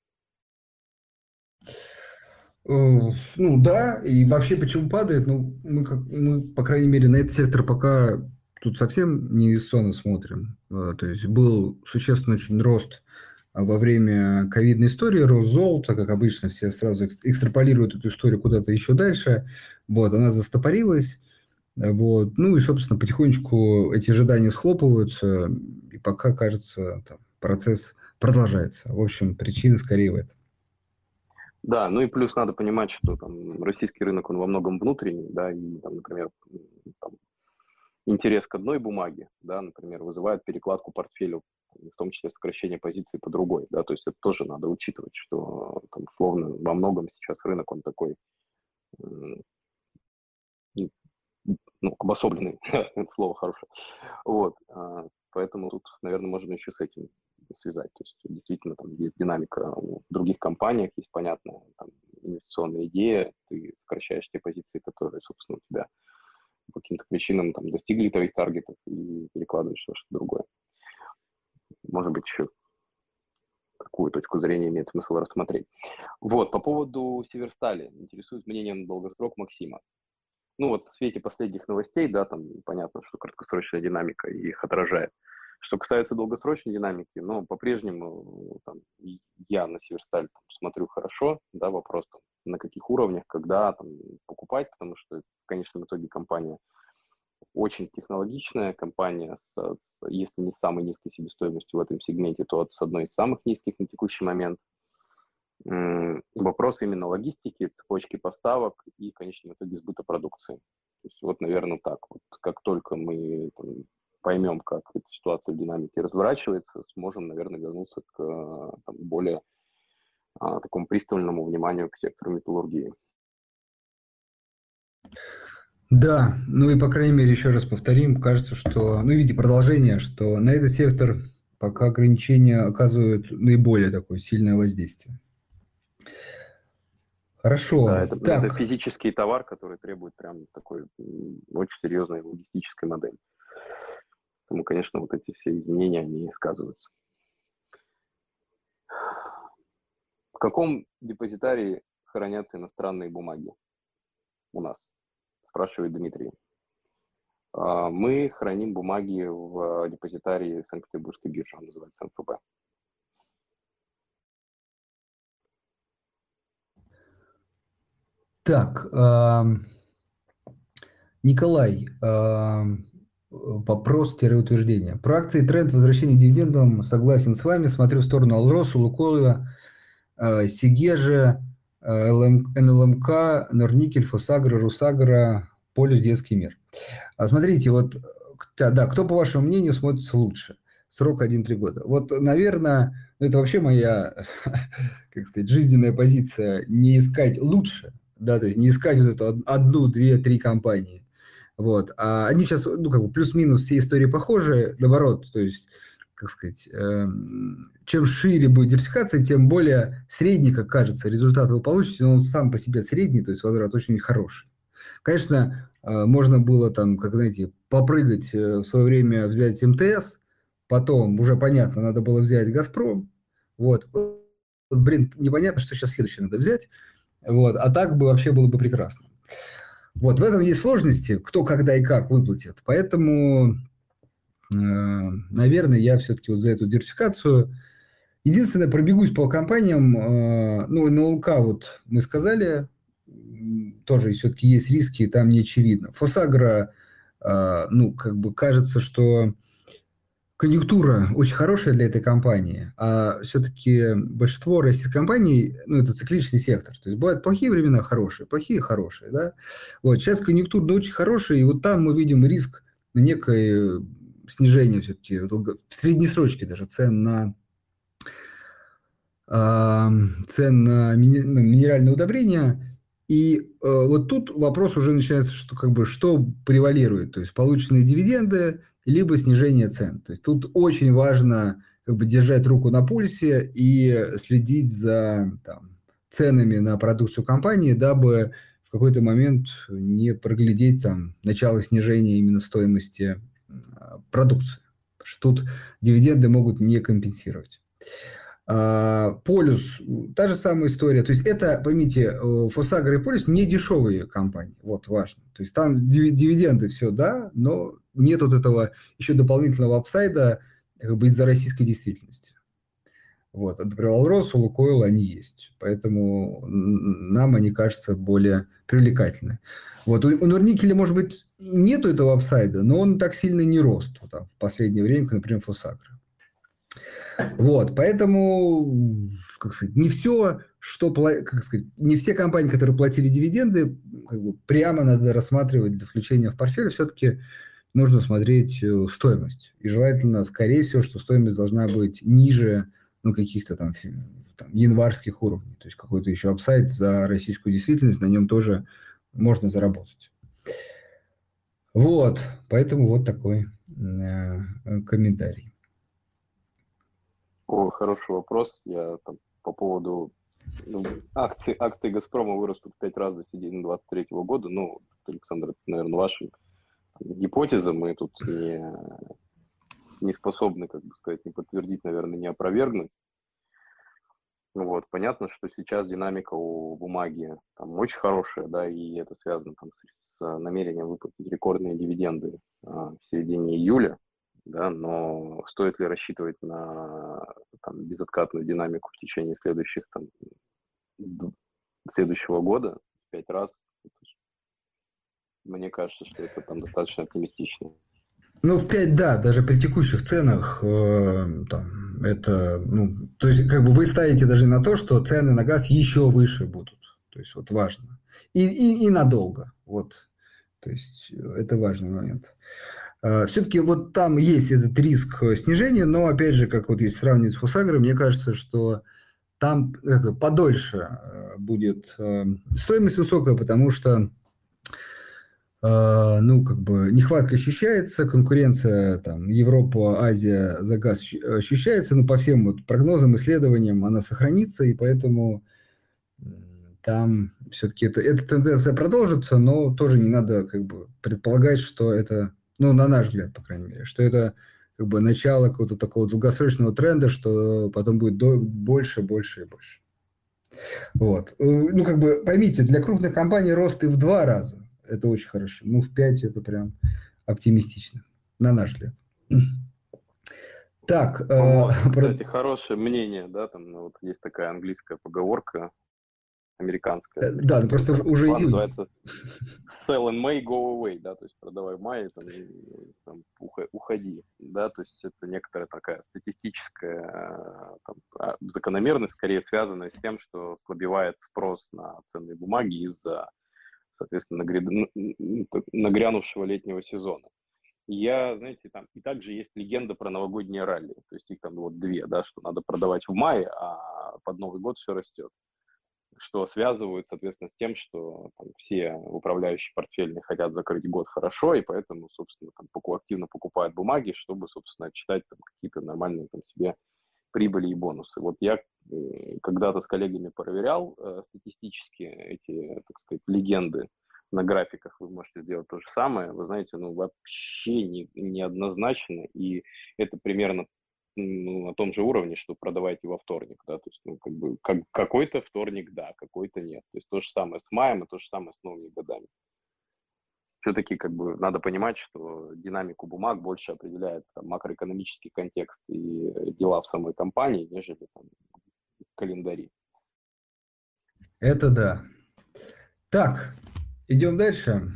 Ну да, и вообще почему падает, ну мы, как, мы по крайней мере, на этот сектор пока тут совсем не инвестиционно смотрим. То есть был существенный очень рост во время ковидной истории, рост золота, как обычно, все сразу экстраполируют эту историю куда-то еще дальше. Вот, она застопорилась. Вот. Ну и, собственно, потихонечку эти ожидания схлопываются, и пока, кажется, там, процесс продолжается. В общем, причина скорее в этом. Да, ну и плюс надо понимать, что там российский рынок, он во многом внутренний, да, и, там, например, там, интерес к одной бумаге, да, например, вызывает перекладку портфеля, в том числе сокращение позиций по другой, да, то есть это тоже надо учитывать, что, там, условно, во многом сейчас рынок, он такой, ну, обособленный, это слово хорошее, вот, поэтому тут, наверное, можно еще с этим связать, то есть действительно там есть динамика в других компаниях, есть понятная там, инвестиционная идея, ты сокращаешь те позиции, которые, собственно, у тебя по каким-то причинам там, достигли твоих таргетов и перекладываешь что-то другое. Может быть, еще какую точку зрения имеет смысл рассмотреть. Вот, по поводу Северстали интересует мнение на долгосрок Максима. Ну вот в свете последних новостей, да, там понятно, что краткосрочная динамика их отражает. Что касается долгосрочной динамики, ну, по-прежнему там, я на Северсталь там, смотрю хорошо, да, вопрос там, на каких уровнях, когда там, покупать, потому что в конечном итоге компания очень технологичная, компания, с, с, если не с самой низкой себестоимостью в этом сегменте, то с одной из самых низких на текущий момент. Вопрос именно логистики, цепочки поставок и, в конечном итоге, сбыта продукции. То есть вот, наверное, так. Вот, как только мы там, поймем, как эта ситуация в динамике разворачивается, сможем, наверное, вернуться к там, более а, такому пристальному вниманию к сектору металлургии. Да, ну и, по крайней мере, еще раз повторим, кажется, что, ну, в виде продолжения, что на этот сектор пока ограничения оказывают наиболее такое сильное воздействие. Хорошо. Да, это, так. это физический товар, который требует прям такой очень серьезной логистической модели. Поэтому, конечно, вот эти все изменения, они сказываются. В каком депозитарии хранятся иностранные бумаги у нас? Спрашивает Дмитрий. А, Мы храним бумаги в депозитарии Санкт-Петербургской биржи, он называется эн эф бэ. Так, ам, Николай, ам, вопрос-утверждение. Про акции тренд возвращения дивидендам согласен с вами. Смотрю в сторону Алроса, Лукойла, э, Сигежа, э, эл эм эн эл эм ка, Норникель, Фосагро, Русагро, Полюс, Детский мир. А смотрите, вот, да, да, кто, по вашему мнению, смотрится лучше? Срок один-три года. Вот, наверное, ну, это вообще моя, как сказать, жизненная позиция, не искать лучше, да, то есть не искать вот эту одну, две, три компании. Вот. А они сейчас, ну, как бы плюс-минус все истории похожи, наоборот, то есть, как сказать, эм, чем шире будет диверсификация, тем более средний, как кажется, результат вы получите, но он сам по себе средний, то есть возврат очень хороший. Конечно, э, можно было там, как знаете, попрыгать э, в свое время, взять эм тэ эс, потом уже понятно, надо было взять Газпром, вот. Вот, блин, непонятно, что сейчас следующее надо взять, вот, а так бы вообще было бы прекрасно. Вот, в этом есть сложности, кто, когда и как выплатит, поэтому, э, наверное, я все-таки вот за эту диверсификацию. Единственное, пробегусь по компаниям, э, ну, на эл ка вот мы сказали, м, тоже все-таки есть риски, там не очевидно. Фосагро, э, ну, как бы кажется, что конъюнктура очень хорошая для этой компании, а все-таки большинство российских компаний, ну, это цикличный сектор. То есть бывают плохие времена, хорошие, плохие, хорошие, да. Вот, сейчас конъюнктура очень хорошая, и вот там мы видим риск на некое снижение все-таки в среднесрочке даже цен на цен на мини- на минеральные удобрения. И э, вот тут вопрос уже начинается, что как бы что превалирует, то есть полученные дивиденды либо снижение цен. То есть тут очень важно как бы держать руку на пульсе и следить за там, ценами на продукцию компании, дабы в какой-то момент не проглядеть там начало снижения именно стоимости э, продукции. Потому что тут дивиденды могут не компенсировать. А, Полюс, та же самая история. То есть это, поймите, Фосагро и Полюс не дешевые компании. Вот важно. То есть там дивиденды все, да, но нет вот этого еще дополнительного апсайда как бы из-за российской действительности. Вот. А, например, Алрос, у Лукойл они есть. Поэтому нам они кажутся более привлекательны. Вот. У, у Норникеля, может быть, нету этого апсайда, но он так сильно не рос вот, там, в последнее время, как, например, Фосагро. Вот, поэтому, как сказать, не все, что, как сказать, не все компании, которые платили дивиденды, как бы прямо надо рассматривать для включения в портфель, все-таки нужно смотреть стоимость. И желательно, скорее всего, что стоимость должна быть ниже, ну, каких-то там, там январских уровней. То есть какой-то еще апсайд за российскую действительность, на нем тоже можно заработать. Вот, поэтому вот такой э, комментарий. О, хороший вопрос. Я там по поводу ну, акций, акции Газпрома вырастут в пять раз до середины двадцать третьего года. Ну, Александр, это, наверное, ваша гипотеза. Мы тут не, не способны, как бы сказать, не подтвердить, наверное, не опровергнуть. Вот, понятно, что сейчас динамика у бумаги там очень хорошая, да, и это связано там с, с намерением выплатить рекордные дивиденды а, в середине июля. Да, но стоит ли рассчитывать на там, безоткатную динамику в течение следующих там, следующего года пять раз? Мне кажется, что это там достаточно оптимистично. Ну, в пять, да, даже при текущих ценах, э, там, это, ну, то есть, как бы вы ставите даже на то, что цены на газ еще выше будут. То есть, вот важно. И, и, и надолго. Вот. То есть, это важный момент. Все-таки вот там есть этот риск снижения, но, опять же, как вот если сравнивать с Фосагро, мне кажется, что там как, подольше будет стоимость высокая, потому что ну, как бы нехватка ощущается, конкуренция там Европа, Азия за газ ощущается, но по всем вот прогнозам, исследованиям она сохранится, и поэтому там все-таки это, эта тенденция продолжится, но тоже не надо как бы предполагать, что это, ну, на наш взгляд, по крайней мере, что это как бы начало какого-то такого долгосрочного тренда, что потом будет до, больше, больше и больше. Вот. Э, Ну, как бы, поймите, для крупных компаний рост и в два раза. Это очень хорошо. Ну, в пять это прям оптимистично, на наш взгляд. Так, э, Вот, про- кстати, хорошее мнение, да, там ну, вот есть такая английская поговорка, американская, э, да, ну американская просто уже литература, уже была, июнь. называется sell in May, go away, да, то есть продавай в мае, там, и, там, уха- уходи, да, то есть это некоторая такая статистическая э, там, а, закономерность, скорее связанная с тем, что слабевает спрос на ценные бумаги из-за, соответственно, нагряд- н- н- нагрянувшего летнего сезона. Я, знаете, там и также есть легенда про новогоднее ралли, то есть их там вот две, да, что надо продавать в мае, а под Новый год все растет, что связывают, соответственно, с тем, что там, все управляющие портфельные хотят закрыть год хорошо, и поэтому, собственно, там, поку- активно покупают бумаги, чтобы, собственно, отчитать там, какие-то нормальные там, себе прибыли и бонусы. Вот я э, когда-то с коллегами проверял э, статистически эти, так сказать, легенды на графиках, вы можете сделать то же самое. Вы знаете, ну вообще не, неоднозначно, и это примерно ну, на том же уровне, что продавайте во вторник, да, то есть, ну, как бы, как, какой-то вторник, да, какой-то нет. То есть то же самое с маем и то же самое с новыми годами. Все-таки как бы надо понимать, что динамику бумаг больше определяет там, макроэкономический контекст и дела в самой компании, нежели там, календари. Это да. Так, идем дальше.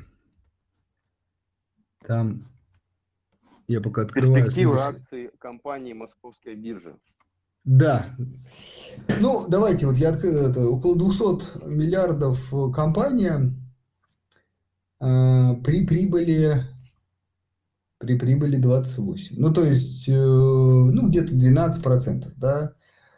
Там я пока открываю Перспективы следующий. акций компании Московской биржи. Да. Ну, давайте, вот я открыл это, около двухсот миллиардов э, компания э, при прибыли при прибыли двадцать восемь. Ну, то есть, э, ну, где-то двенадцать процентов, да,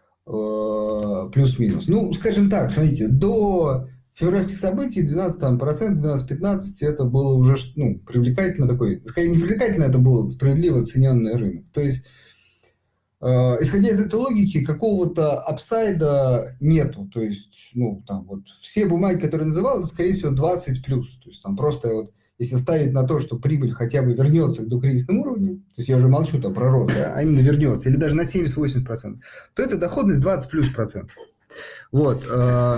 э, плюс-минус. Ну, скажем так, смотрите, до февральских событий двенадцать там, процентов, двенадцать-пятнадцать это было уже, ну, привлекательно такой, скорее не привлекательно, это был справедливо оцененный рынок. То есть, э, исходя из этой логики, какого-то апсайда нету. То есть, ну, там вот все бумаги, которые называл, это, скорее всего, двадцать плюс. То есть, там просто вот если ставить на то, что прибыль хотя бы вернется к докризисному уровню, то есть я уже молчу там про рост, да, а именно вернется, или даже на семьдесят-восемьдесят процентов, то это доходность двадцать плюс процентов. Вот. Э,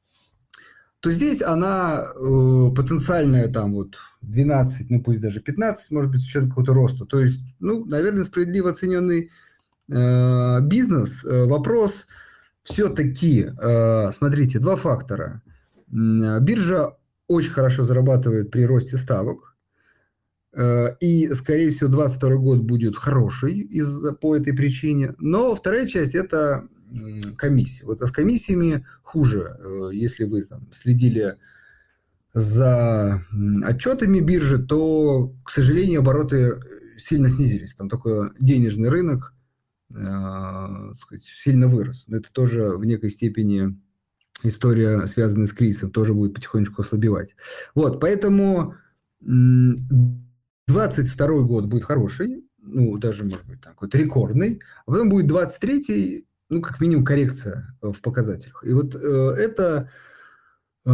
то здесь она э, потенциальная там вот двенадцать, ну пусть даже пятнадцать, может быть, с учетом какого-то роста. То есть, ну, наверное, справедливо оцененный э, бизнес. Э, вопрос все-таки, э, смотрите, два фактора. Биржа очень хорошо зарабатывает при росте ставок. Э, И, скорее всего, двадцать второй год будет хороший из, по этой причине. Но вторая часть – это комиссии. Вот с комиссиями хуже. Э, Если вы там, следили за отчетами биржи, то, к сожалению, обороты сильно снизились. Там такой денежный рынок э, сказать, сильно вырос. Но это тоже в некой степени история, связанная с кризисом, тоже будет потихонечку ослабевать. Вот, поэтому двадцать второй год будет хороший, ну, даже, может быть, так, вот рекордный, а потом будет двадцать третий, ну, как минимум, коррекция в показателях. И вот э, это э,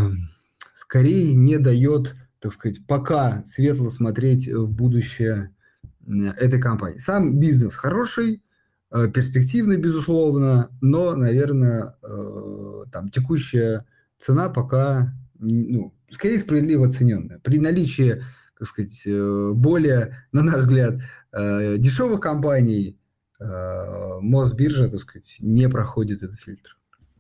скорее не дает, так сказать, пока светло смотреть в будущее этой компании. Сам бизнес хороший, э, перспективный, безусловно, но, наверное, э, там текущая цена пока, ну, скорее справедливо оцененная. При наличии, так сказать, э, более, на наш взгляд, э, дешевых компаний, э, Мосбиржа, так сказать, не проходит этот фильтр.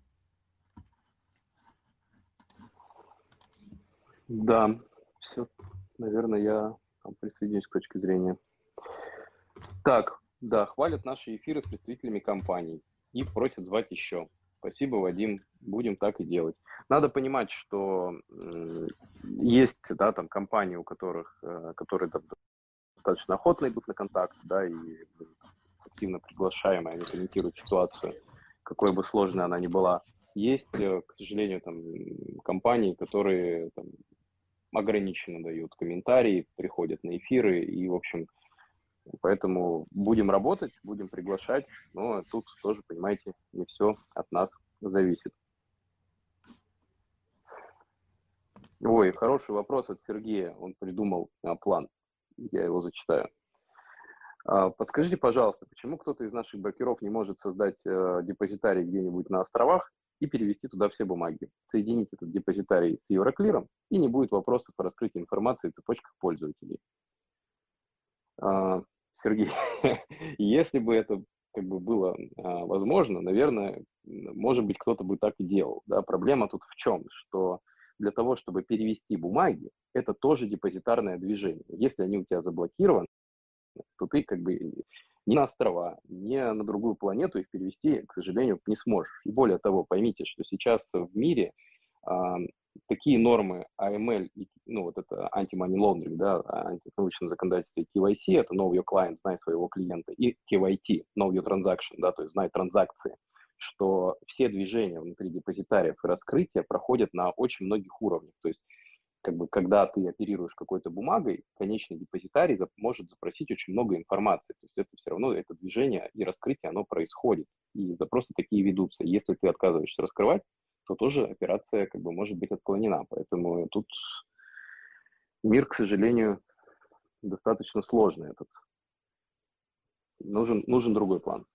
Да, все, наверное, я там присоединюсь к точке зрения. Так, да, хвалят наши эфиры с представителями компаний и просят звать еще. Спасибо, Вадим, будем так и делать. Надо понимать, что м, есть, да, там компании, у которых, э, которые да, достаточно охотно идут на контакт, да, и мы активно приглашаем, и они комментируют ситуацию, какой бы сложной она ни была. Есть, э, к сожалению, там компании, которые там, ограниченно дают комментарии, приходят на эфиры, и, в общем, поэтому будем работать, будем приглашать, но тут тоже, понимаете, не все от нас зависит. Ой, хороший вопрос от Сергея, он придумал а, план, я его зачитаю. А, подскажите, пожалуйста, почему кто-то из наших брокеров не может создать э, депозитарий где-нибудь на островах и перевести туда все бумаги. Соединить этот депозитарий с Евроклиром, и не будет вопросов о раскрытии информации в цепочках пользователей. А, Сергей, если бы это как бы было а, возможно, наверное, может быть, кто-то бы так и делал. Да? Проблема тут в чем? Что для того, чтобы перевести бумаги, это тоже депозитарное движение. Если они у тебя заблокированы, то ты как бы ни на острова, ни на другую планету их перевести, к сожалению, не сможешь. И более того, поймите, что сейчас в мире а, такие нормы а эм эль, ну вот это anti-money laundering, да, антинаучное законодательство, кей вай си, это know your client, знай своего клиента, и кей вай ти, know your transaction, да, то есть знай транзакции, что все движения внутри депозитариев и раскрытия проходят на очень многих уровнях. То есть как бы, когда ты оперируешь какой-то бумагой, конечный депозитарий может запросить очень много информации. То есть это все равно, это движение и раскрытие, оно происходит. И запросы такие ведутся. Если ты отказываешься раскрывать, то тоже операция как бы может быть отклонена. Поэтому тут мир, к сожалению, достаточно сложный этот. Нужен, нужен другой план.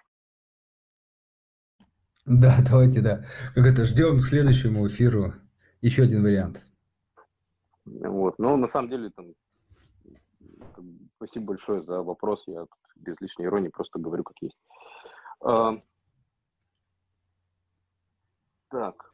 Да, давайте, да. Как это, ждем к следующему эфиру еще один вариант. Вот. Но на самом деле, там, спасибо большое за вопрос. Я без лишней иронии просто говорю, как есть. А, так.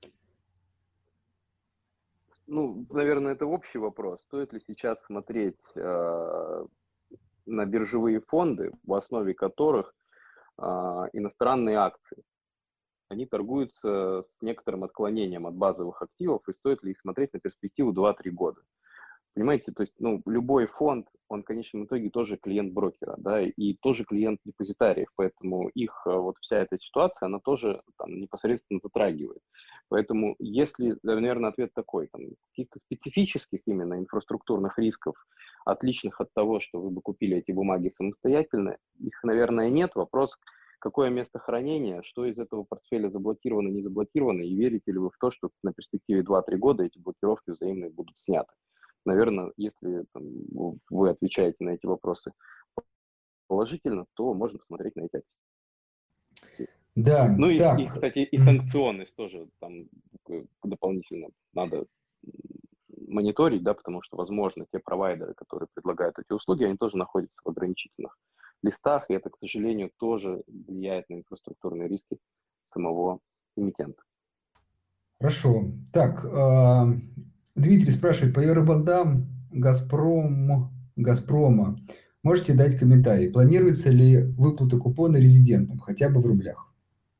Ну, наверное, это общий вопрос. Стоит ли сейчас смотреть э, на биржевые фонды, в основе которых э, иностранные акции? Они торгуются с некоторым отклонением от базовых активов, и стоит ли их смотреть на перспективу два-три года? Понимаете, то есть, ну, любой фонд, он в конечном итоге тоже клиент брокера, да, и тоже клиент депозитариев, поэтому их вот вся эта ситуация, она тоже там непосредственно затрагивает. Поэтому если, наверное, ответ такой, там, каких-то специфических именно инфраструктурных рисков, отличных от того, что вы бы купили эти бумаги самостоятельно, их, наверное, нет. Вопрос, какое место хранения, что из этого портфеля заблокировано, не заблокировано, и верите ли вы в то, что на перспективе два-три года эти блокировки взаимные будут сняты. Наверное, если там, вы отвечаете на эти вопросы положительно, то можно посмотреть на эти акции. Да, ну и, так. и, кстати, и санкционность тоже там дополнительно надо мониторить, да, потому что, возможно, те провайдеры, которые предлагают эти услуги, они тоже находятся в ограничительных листах, и это, к сожалению, тоже влияет на инфраструктурные риски самого эмитента. Хорошо. Так, э, Дмитрий спрашивает, по евробандам Газпром, Газпрома можете дать комментарий? Планируется ли выплата купона резидентам, хотя бы в рублях?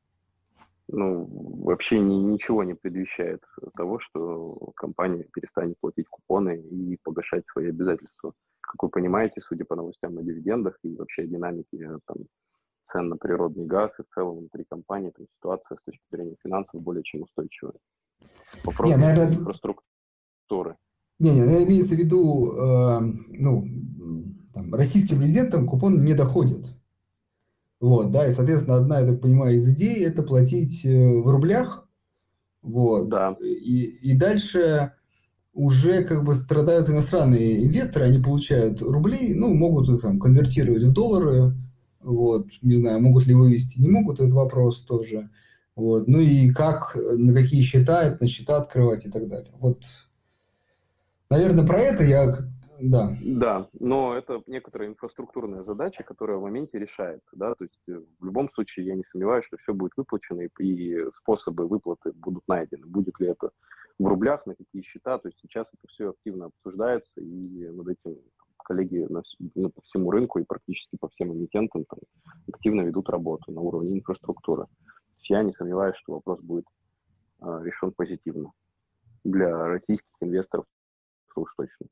Ну, вообще ни, ничего не предвещает того, что компания перестанет платить купоны и погашать свои обязательства. Как вы понимаете, судя по новостям о дивидендах и вообще о динамике там, цен на природный газ и в целом внутри компании, там, ситуация с точки зрения финансов более чем устойчивая. Вопрос Не, наверное, инфраструктуры. Не, не, имеется в виду, э, ну, там, российским резидентам купон не доходит. Вот, да, и, соответственно, одна, я так понимаю, из идей – это платить в рублях, вот, Да. и, и дальше уже как бы страдают иностранные инвесторы, они получают рубли, ну, могут их там конвертировать в доллары, вот, не знаю, могут ли вывести, не могут, этот вопрос тоже, вот, ну и как, на какие счета, это на счета открывать и так далее. Вот, наверное, про это я, да. Да, но это некоторая инфраструктурная задача, которая в моменте решается, да, то есть в любом случае я не сомневаюсь, что все будет выплачено и, и способы выплаты будут найдены. Будет ли это в рублях, на какие счета, то есть сейчас это все активно обсуждается, и над этим коллеги на, ну, по всему рынку и практически по всем эмитентам там, активно ведут работу на уровне инфраструктуры. То есть я не сомневаюсь, что вопрос будет а, решен позитивно для российских инвесторов уж точно.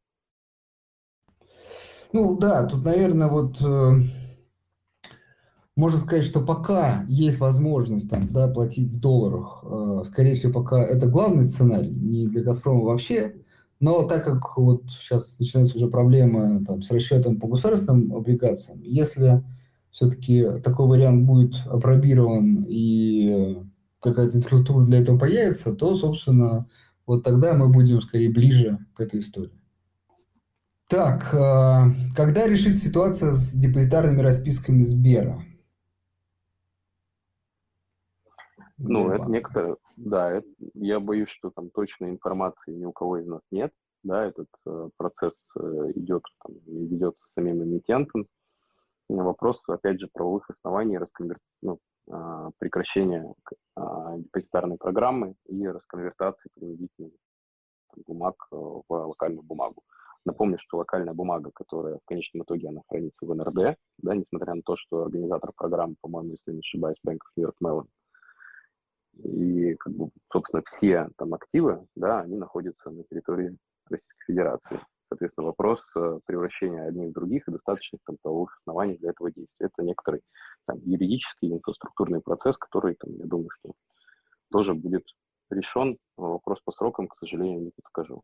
Ну да, тут, наверное, вот э, можно сказать, что пока есть возможность там, да, платить в долларах, э, скорее всего, пока это главный сценарий, не для «Газпрома» вообще, но так как вот сейчас начинается уже проблема там, с расчетом по государственным облигациям, если все-таки такой вариант будет апробирован и какая-то инфраструктура для этого появится, то, собственно, вот тогда мы будем скорее ближе к этой истории. Так, когда решит ситуация с депозитарными расписками Сбера? Ну, это некоторая, Да, это, я боюсь, что там точной информации ни у кого из нас нет. Да, этот э, процесс э, идет там, и ведется самим эмитентом. На вопрос, опять же, правовых оснований расконвер... ну, а, прекращения а, депозитарной программы и расконвертации принудительной там, бумаг э, в локальную бумагу. Напомню, что локальная бумага, которая в конечном итоге она хранится в эн эр дэ, да, несмотря на то, что организатор программы, по-моему, если не ошибаюсь, Bank of New York Mellon, и, как бы, собственно, все там активы, да, они находятся на территории Российской Федерации. Соответственно, вопрос э, превращения одних в других и достаточных там, правовых оснований для этого действия. Это некоторый там, юридический, инфраструктурный процесс, который, там, я думаю, что тоже будет решен. Вопрос по срокам, к сожалению, не подскажу.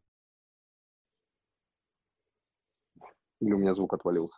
Или у меня звук отвалился?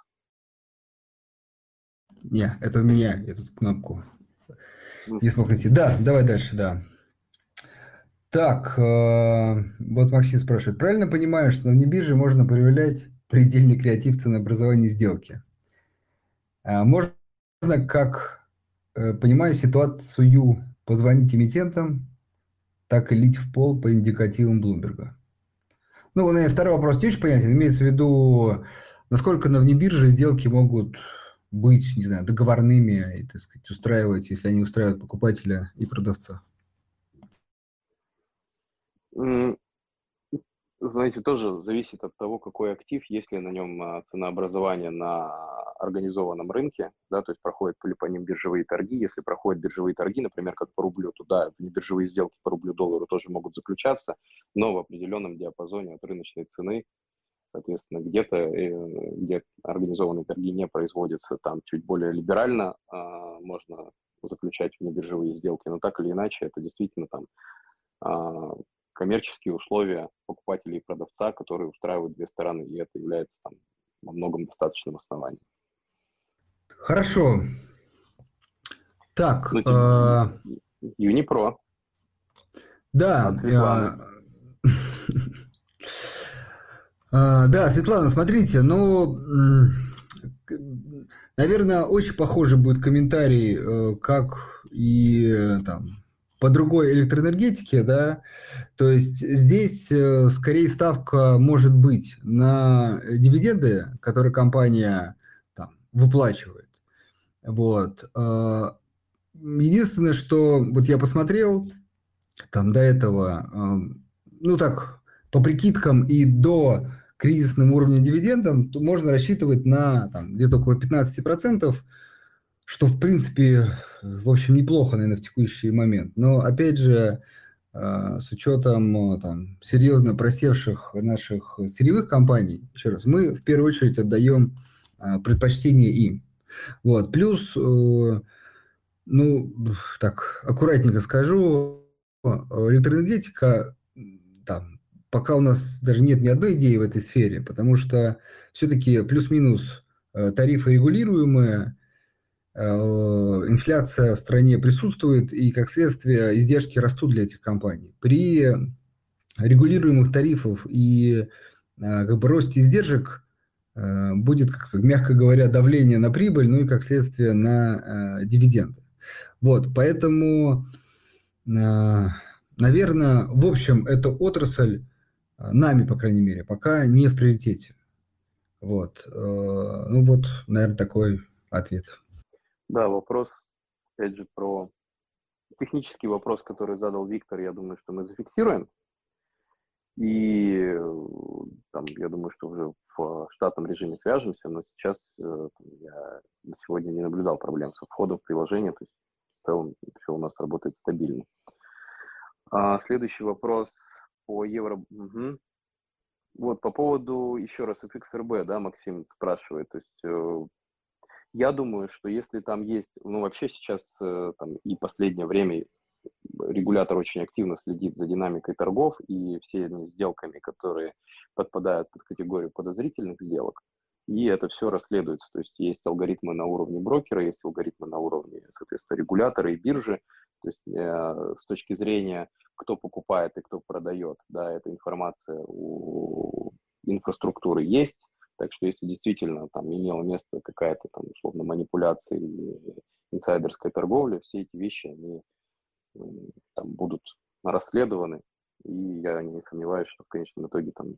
Не, это у меня, я тут кнопку Mm. не смог найти. Да, давай дальше, да. Так, э, вот Максим спрашивает, правильно понимаю, что на внебирже можно проявлять предельный креатив в ценообразовании сделки? А можно, как, э, понимая ситуацию, позвонить эмитентам, так и лить в пол по индикативам Блумберга? Ну, наверное, второй вопрос не очень понятен. Имеется в виду, насколько на внебирже сделки могут быть, не знаю, договорными и, так сказать, устраивать, если они устраивают покупателя и продавца. Mm. Знаете, тоже зависит от того, какой актив, есть ли на нем а, ценообразование на организованном рынке, да, то есть проходят ли по ним биржевые торги. Если проходят биржевые торги, например, как по рублю, то да, небиржевые сделки по рублю-доллару тоже могут заключаться, но в определенном диапазоне от рыночной цены. Соответственно, где-то, э, где организованные торги не производятся, там чуть более либерально а, можно заключать внебиржевые сделки, но так или иначе это действительно там а, коммерческие условия покупателя и продавца, которые устраивают две стороны, и это является там, во многом достаточным основанием. Хорошо. Так, Ну, э, Юнипро да, от Светланы. э, э, да, Светлана, смотрите, ну, м, к- наверное, очень похожий будет комментарий, э, как и э, там по другой электроэнергетике, да, то есть здесь э, скорее ставка может быть на дивиденды, которые компания там выплачивает. Вот. Э, Единственное, что вот я посмотрел там до этого, э, ну так, по прикидкам и до кризисным уровнем дивидендов, то можно рассчитывать на там, где-то около пятнадцать процентов, что в принципе, в общем, неплохо, наверное, в текущий момент. Но опять же, э, с учетом э, там, серьезно просевших наших сырьевых компаний, еще раз, мы в первую очередь отдаем э, предпочтение им. Вот. Плюс, э, ну, так, аккуратненько скажу, э, электроэнергетика, там, пока у нас даже нет ни одной идеи в этой сфере, потому что все-таки плюс-минус э, тарифы регулируемые, э, инфляция в стране присутствует, и, как следствие, издержки растут для этих компаний. При регулируемых тарифах и э, как бы росте издержек э, будет, как-то, мягко говоря, давление на прибыль, ну и, как следствие, на э, дивиденды. Вот, поэтому, э, наверное, в общем, эта отрасль э, нами, по крайней мере, пока не в приоритете. Вот, э, ну вот, наверное, такой ответ. Да, вопрос, опять же, про технический вопрос, который задал Виктор, я думаю, что мы зафиксируем. И э, там, я думаю, что уже в штатном режиме свяжемся, но сейчас э, я на сегодня не наблюдал проблем со входом в приложение, то есть в целом все у нас работает стабильно. А, следующий вопрос по евро. Мгм. Вот по поводу, еще раз, эф икс эр би, да, Максим спрашивает, то есть э, я думаю, что если там есть, ну вообще сейчас э, там и последнее время регулятор очень активно следит за динамикой торгов и всеми сделками, которые подпадают под категорию подозрительных сделок. И это все расследуется. То есть есть алгоритмы на уровне брокера, есть алгоритмы на уровне, соответственно, регулятора и биржи. То есть э, с точки зрения, кто покупает и кто продает, да, эта информация у инфраструктуры есть. Так что если действительно там имела место какая-то там условно манипуляция или инсайдерская торговля, все эти вещи, они там будут расследованы, и я не сомневаюсь, что в конечном итоге там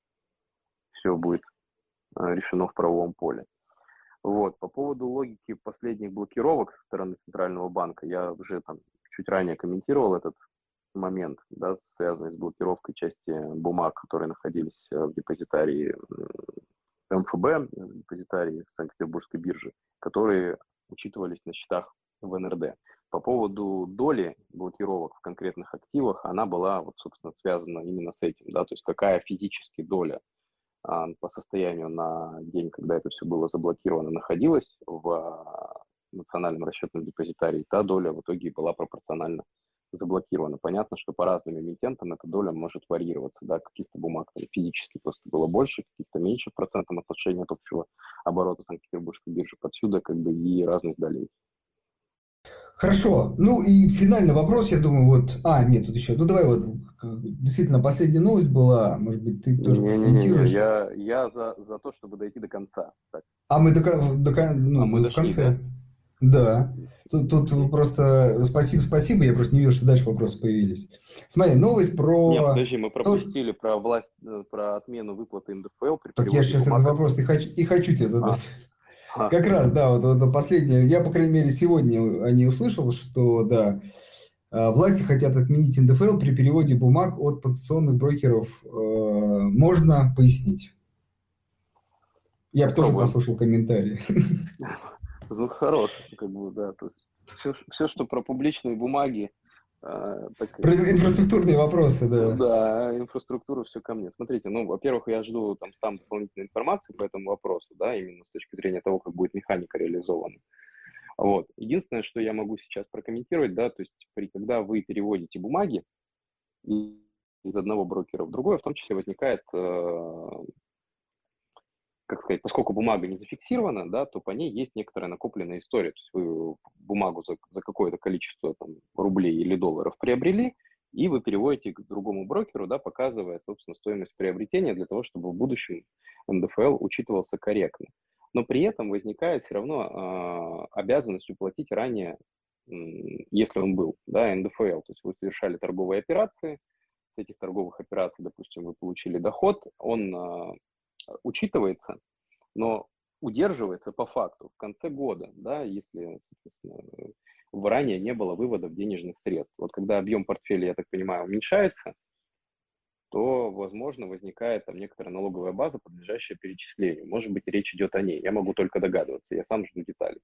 все будет решено в правовом поле. Вот. По поводу логики последних блокировок со стороны Центрального банка, я уже там чуть ранее комментировал этот момент, да, связанный с блокировкой части бумаг, которые находились в депозитарии эм эф бэ, в депозитарии Санкт-Петербургской биржи, которые учитывались на счетах в эн эр дэ. По поводу доли блокировок в конкретных активах, она была, вот, собственно, связана именно с этим, да, то есть какая физически доля а, по состоянию на день, когда это все было заблокировано, находилась в а, национальном расчетном депозитарии, та доля в итоге была пропорционально заблокирована. Понятно, что по разным эмитентам эта доля может варьироваться, да, каких-то бумаг там физически просто было больше, каких-то меньше в процентном отношении от общего оборота Санкт-Петербургской биржи. Подсюда как бы и разность долей. Хорошо. Ну и финальный вопрос, я думаю, вот... А, нет, тут еще. Ну давай вот, действительно, последняя новость была, может быть, ты тоже прокомментируешь. Я, я за, за то, чтобы дойти до конца. Так. А мы, до, до, ну, а мы в дошли, конце. Да. да. Тут, тут просто спасибо, спасибо, я просто не вижу, что дальше вопросы появились. Смотри, новость про... Нет, подожди, мы пропустили то... про власть, про отмену выплаты эн дэ эф эл. При так я сейчас бумаг... этот вопрос и хочу, и хочу тебе задать. А. Как раз, да, вот это последнее. Я, по крайней мере, сегодня о ней услышал, что, да, власти хотят отменить эн дэ эф эл при переводе бумаг от потенционных брокеров. Можно пояснить? Я бы тоже послушал комментарии. Ну, хорош, как бы, да. То есть все, все, что про публичные бумаги. Э, так, про инфраструктурные вопросы, да. Да, инфраструктуру все ко мне. Смотрите, ну, во-первых, я жду там сам дополнительной информации по этому вопросу, да, именно с точки зрения того, как будет механика реализована. Вот. Единственное, что я могу сейчас прокомментировать, да, то есть при, когда вы переводите бумаги из одного брокера в другой, в том числе возникает, э, как сказать, поскольку бумага не зафиксирована, да, то по ней есть некоторая накопленная история. То есть вы бумагу за, за какое-то количество там, рублей или долларов приобрели, и вы переводите к другому брокеру, да, показывая, собственно, стоимость приобретения для того, чтобы в будущем эн дэ эф эл учитывался корректно. Но при этом возникает все равно э, обязанность уплатить ранее, э, если он был, да, эн дэ эф эл. То есть вы совершали торговые операции, с этих торговых операций, допустим, вы получили доход, он э, учитывается, но удерживается по факту в конце года, да, если, соответственно, ранее не было выводов денежных средств. Вот когда объем портфеля, я так понимаю, уменьшается, то, возможно, возникает там некоторая налоговая база, подлежащая перечислению. Может быть, речь идет о ней. Я могу только догадываться, я сам жду деталей.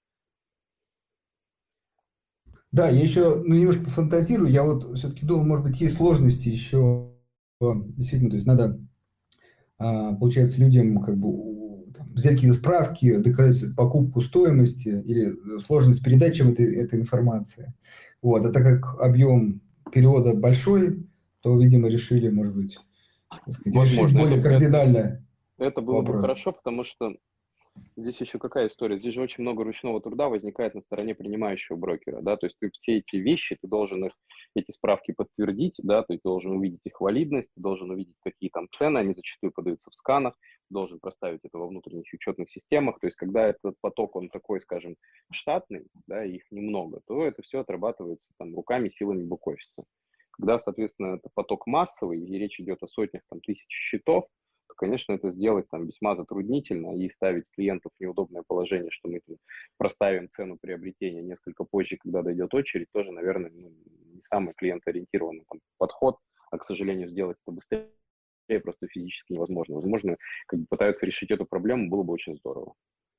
Да, я еще ну, немножко пофантазирую. Я вот все-таки думаю, может быть, есть сложности еще. Действительно, то есть надо, получается, людям как бы там, взять какие-то справки, доказать покупку стоимости или сложность передачи этой, этой информации. Вот. А так как объем перевода большой, то, видимо, решили, может быть, так сказать, решить более это, кардинально. Это, это было вопрос. бы хорошо, потому что здесь еще какая история? Здесь же очень много ручного труда возникает на стороне принимающего брокера, да, то есть ты все эти вещи, ты должен их, эти справки подтвердить, да, то есть ты должен увидеть их валидность, ты должен увидеть, какие там цены, они зачастую подаются в сканах, должен проставить это во внутренних учетных системах, то есть когда этот поток, он такой, скажем, штатный, да, их немного, то это все отрабатывается там руками, силами бэк-офиса. Когда, соответственно, это поток массовый, и речь идет о сотнях там тысяч счетов, то, конечно, это сделать там весьма затруднительно и ставить клиентов в неудобное положение, что мы там проставим цену приобретения несколько позже, когда дойдет очередь, тоже, наверное, ну, не самый клиентоориентированный там, подход, а, к сожалению, сделать это быстрее просто физически невозможно. Возможно, как бы пытаются решить эту проблему, было бы очень здорово.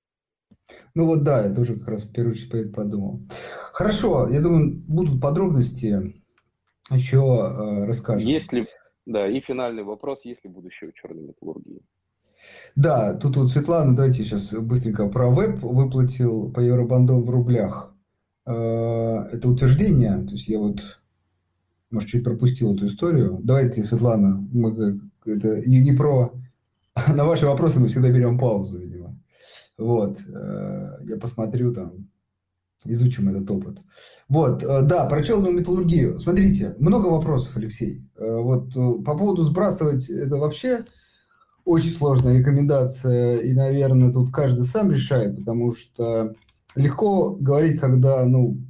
Ну вот да, я тоже как раз в первую очередь по это подумал. Хорошо, я думаю, будут подробности, еще э, расскажем. Если, да, и финальный вопрос, есть ли будущее у черной металлургии? Да, тут вот Светлана, давайте сейчас быстренько про веб выплатил по евробандам в рублях. Это утверждение, то есть я вот, может, чуть пропустил эту историю. Давайте, Светлана, мы это и не про... На ваши вопросы мы всегда берем паузу, видимо. Вот, я посмотрю там, изучим этот опыт. Вот, да, про черную металлургию. Смотрите, много вопросов, Алексей. Вот по поводу сбрасывать, это вообще очень сложная рекомендация, и, наверное, тут каждый сам решает, потому что легко говорить, когда, ну,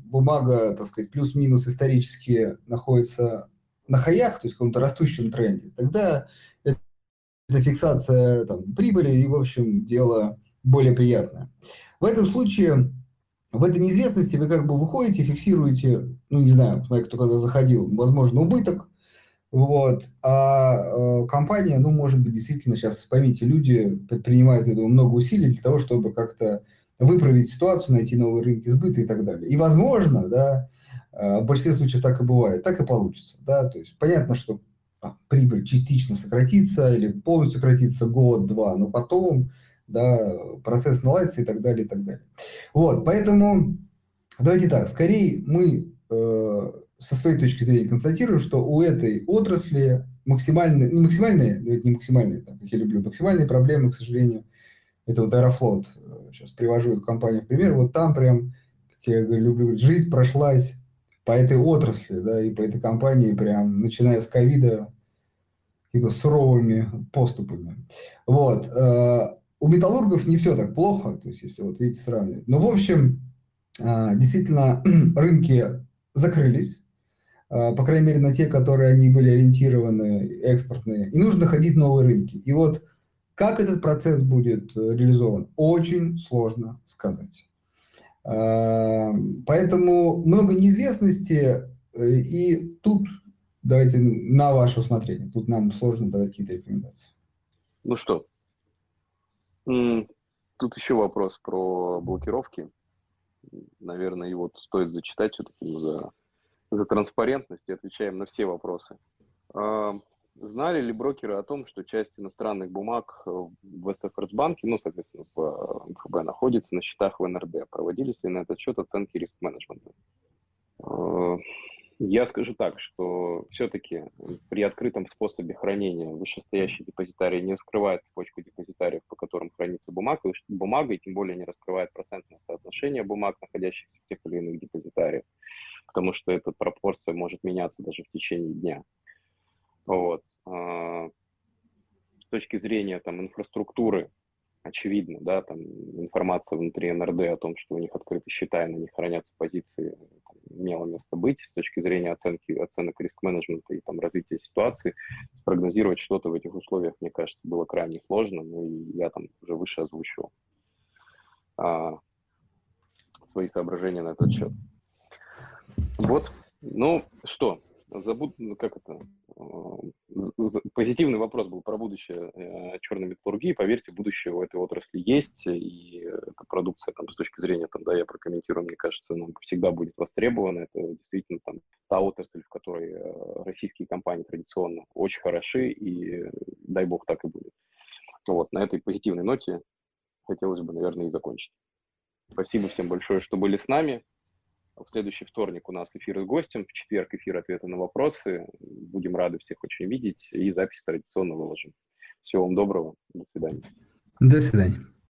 бумага, так сказать, плюс-минус исторически находится на хаях, то есть в каком-то растущем тренде, тогда это, это фиксация там, прибыли и, в общем, дело более приятное. В этом случае, в этой неизвестности вы как бы выходите, фиксируете, ну, не знаю, смотря кто когда заходил, возможно, убыток, вот, а э, компания, ну, может быть, действительно, сейчас, поймите, люди предпринимают, я думаю, много усилий для того, чтобы как-то выправить ситуацию, найти новые рынки сбыта и так далее. И, возможно, да, э, в большинстве случаев так и бывает, так и получится, да, то есть понятно, что а, прибыль частично сократится или полностью сократится год-два, но потом, да, процесс наладится и так далее, и так далее. Вот, поэтому давайте так, скорее мы э, со своей точки зрения констатирую, что у этой отрасли максимальные, не максимальные, давайте не максимальные, там, как я люблю, максимальные проблемы, к сожалению, это вот Аэрофлот. Сейчас привожу эту компанию в пример. Вот там прям, как я люблю говорить, жизнь прошлась по этой отрасли, да, и по этой компании, прям начиная с ковида, какими-то суровыми поступами. Вот. Э, У металлургов не все так плохо, то есть если вот видите, сравнивать. Но, в общем, э, действительно, рынки закрылись, э, по крайней мере, на те, которые они были ориентированы, экспортные, и нужно находить новые рынки. И вот как этот процесс будет э, реализован, очень сложно сказать. Э, Поэтому много неизвестности, э, и тут давайте на ваше усмотрение. Тут нам сложно давать какие-то рекомендации. Ну что, м, тут еще вопрос про блокировки. Наверное, его стоит зачитать все-таки за, за транспарентность и отвечаем на все вопросы. А, Знали ли брокеры о том, что часть иностранных бумаг в СФРСбанке, ну, соответственно, в эм эф бэ, находится на счетах в эн эр дэ? Проводились ли на этот счет оценки риск-менеджмента? А, Я скажу так, что все-таки при открытом способе хранения вышестоящий депозитарий не раскрывает цепочку депозитариев, по которым хранится бумага, и бумага, и тем более не раскрывает процентное соотношение бумаг, находящихся в тех или иных депозитариях, потому что эта пропорция может меняться даже в течение дня. Вот. А, С точки зрения там, инфраструктуры, очевидно, да, там информация внутри эн эр дэ о том, что у них открыты счета и на них хранятся позиции, там, имело место быть. С точки зрения оценки, оценок риск-менеджмента и там, развития ситуации, спрогнозировать что-то в этих условиях, мне кажется, было крайне сложно, ну и я там уже выше озвучивал а, свои соображения на этот счет. Вот, ну что, забуд, как это, позитивный вопрос был про будущее э, черной металлургии. Поверьте, будущее у этой отрасли есть, и эта продукция там, с точки зрения, там, да, я прокомментирую, мне кажется, нам всегда будет востребована. Это действительно там, та отрасль, в которой э, российские компании традиционно очень хороши, и дай бог так и будет. Вот, на этой позитивной ноте хотелось бы, наверное, и закончить. Спасибо всем большое, что были с нами. В следующий вторник у нас эфир с гостем, в четверг эфир ответы на вопросы. Будем рады всех очень видеть и запись традиционно выложим. Всего вам доброго. До свидания. До свидания.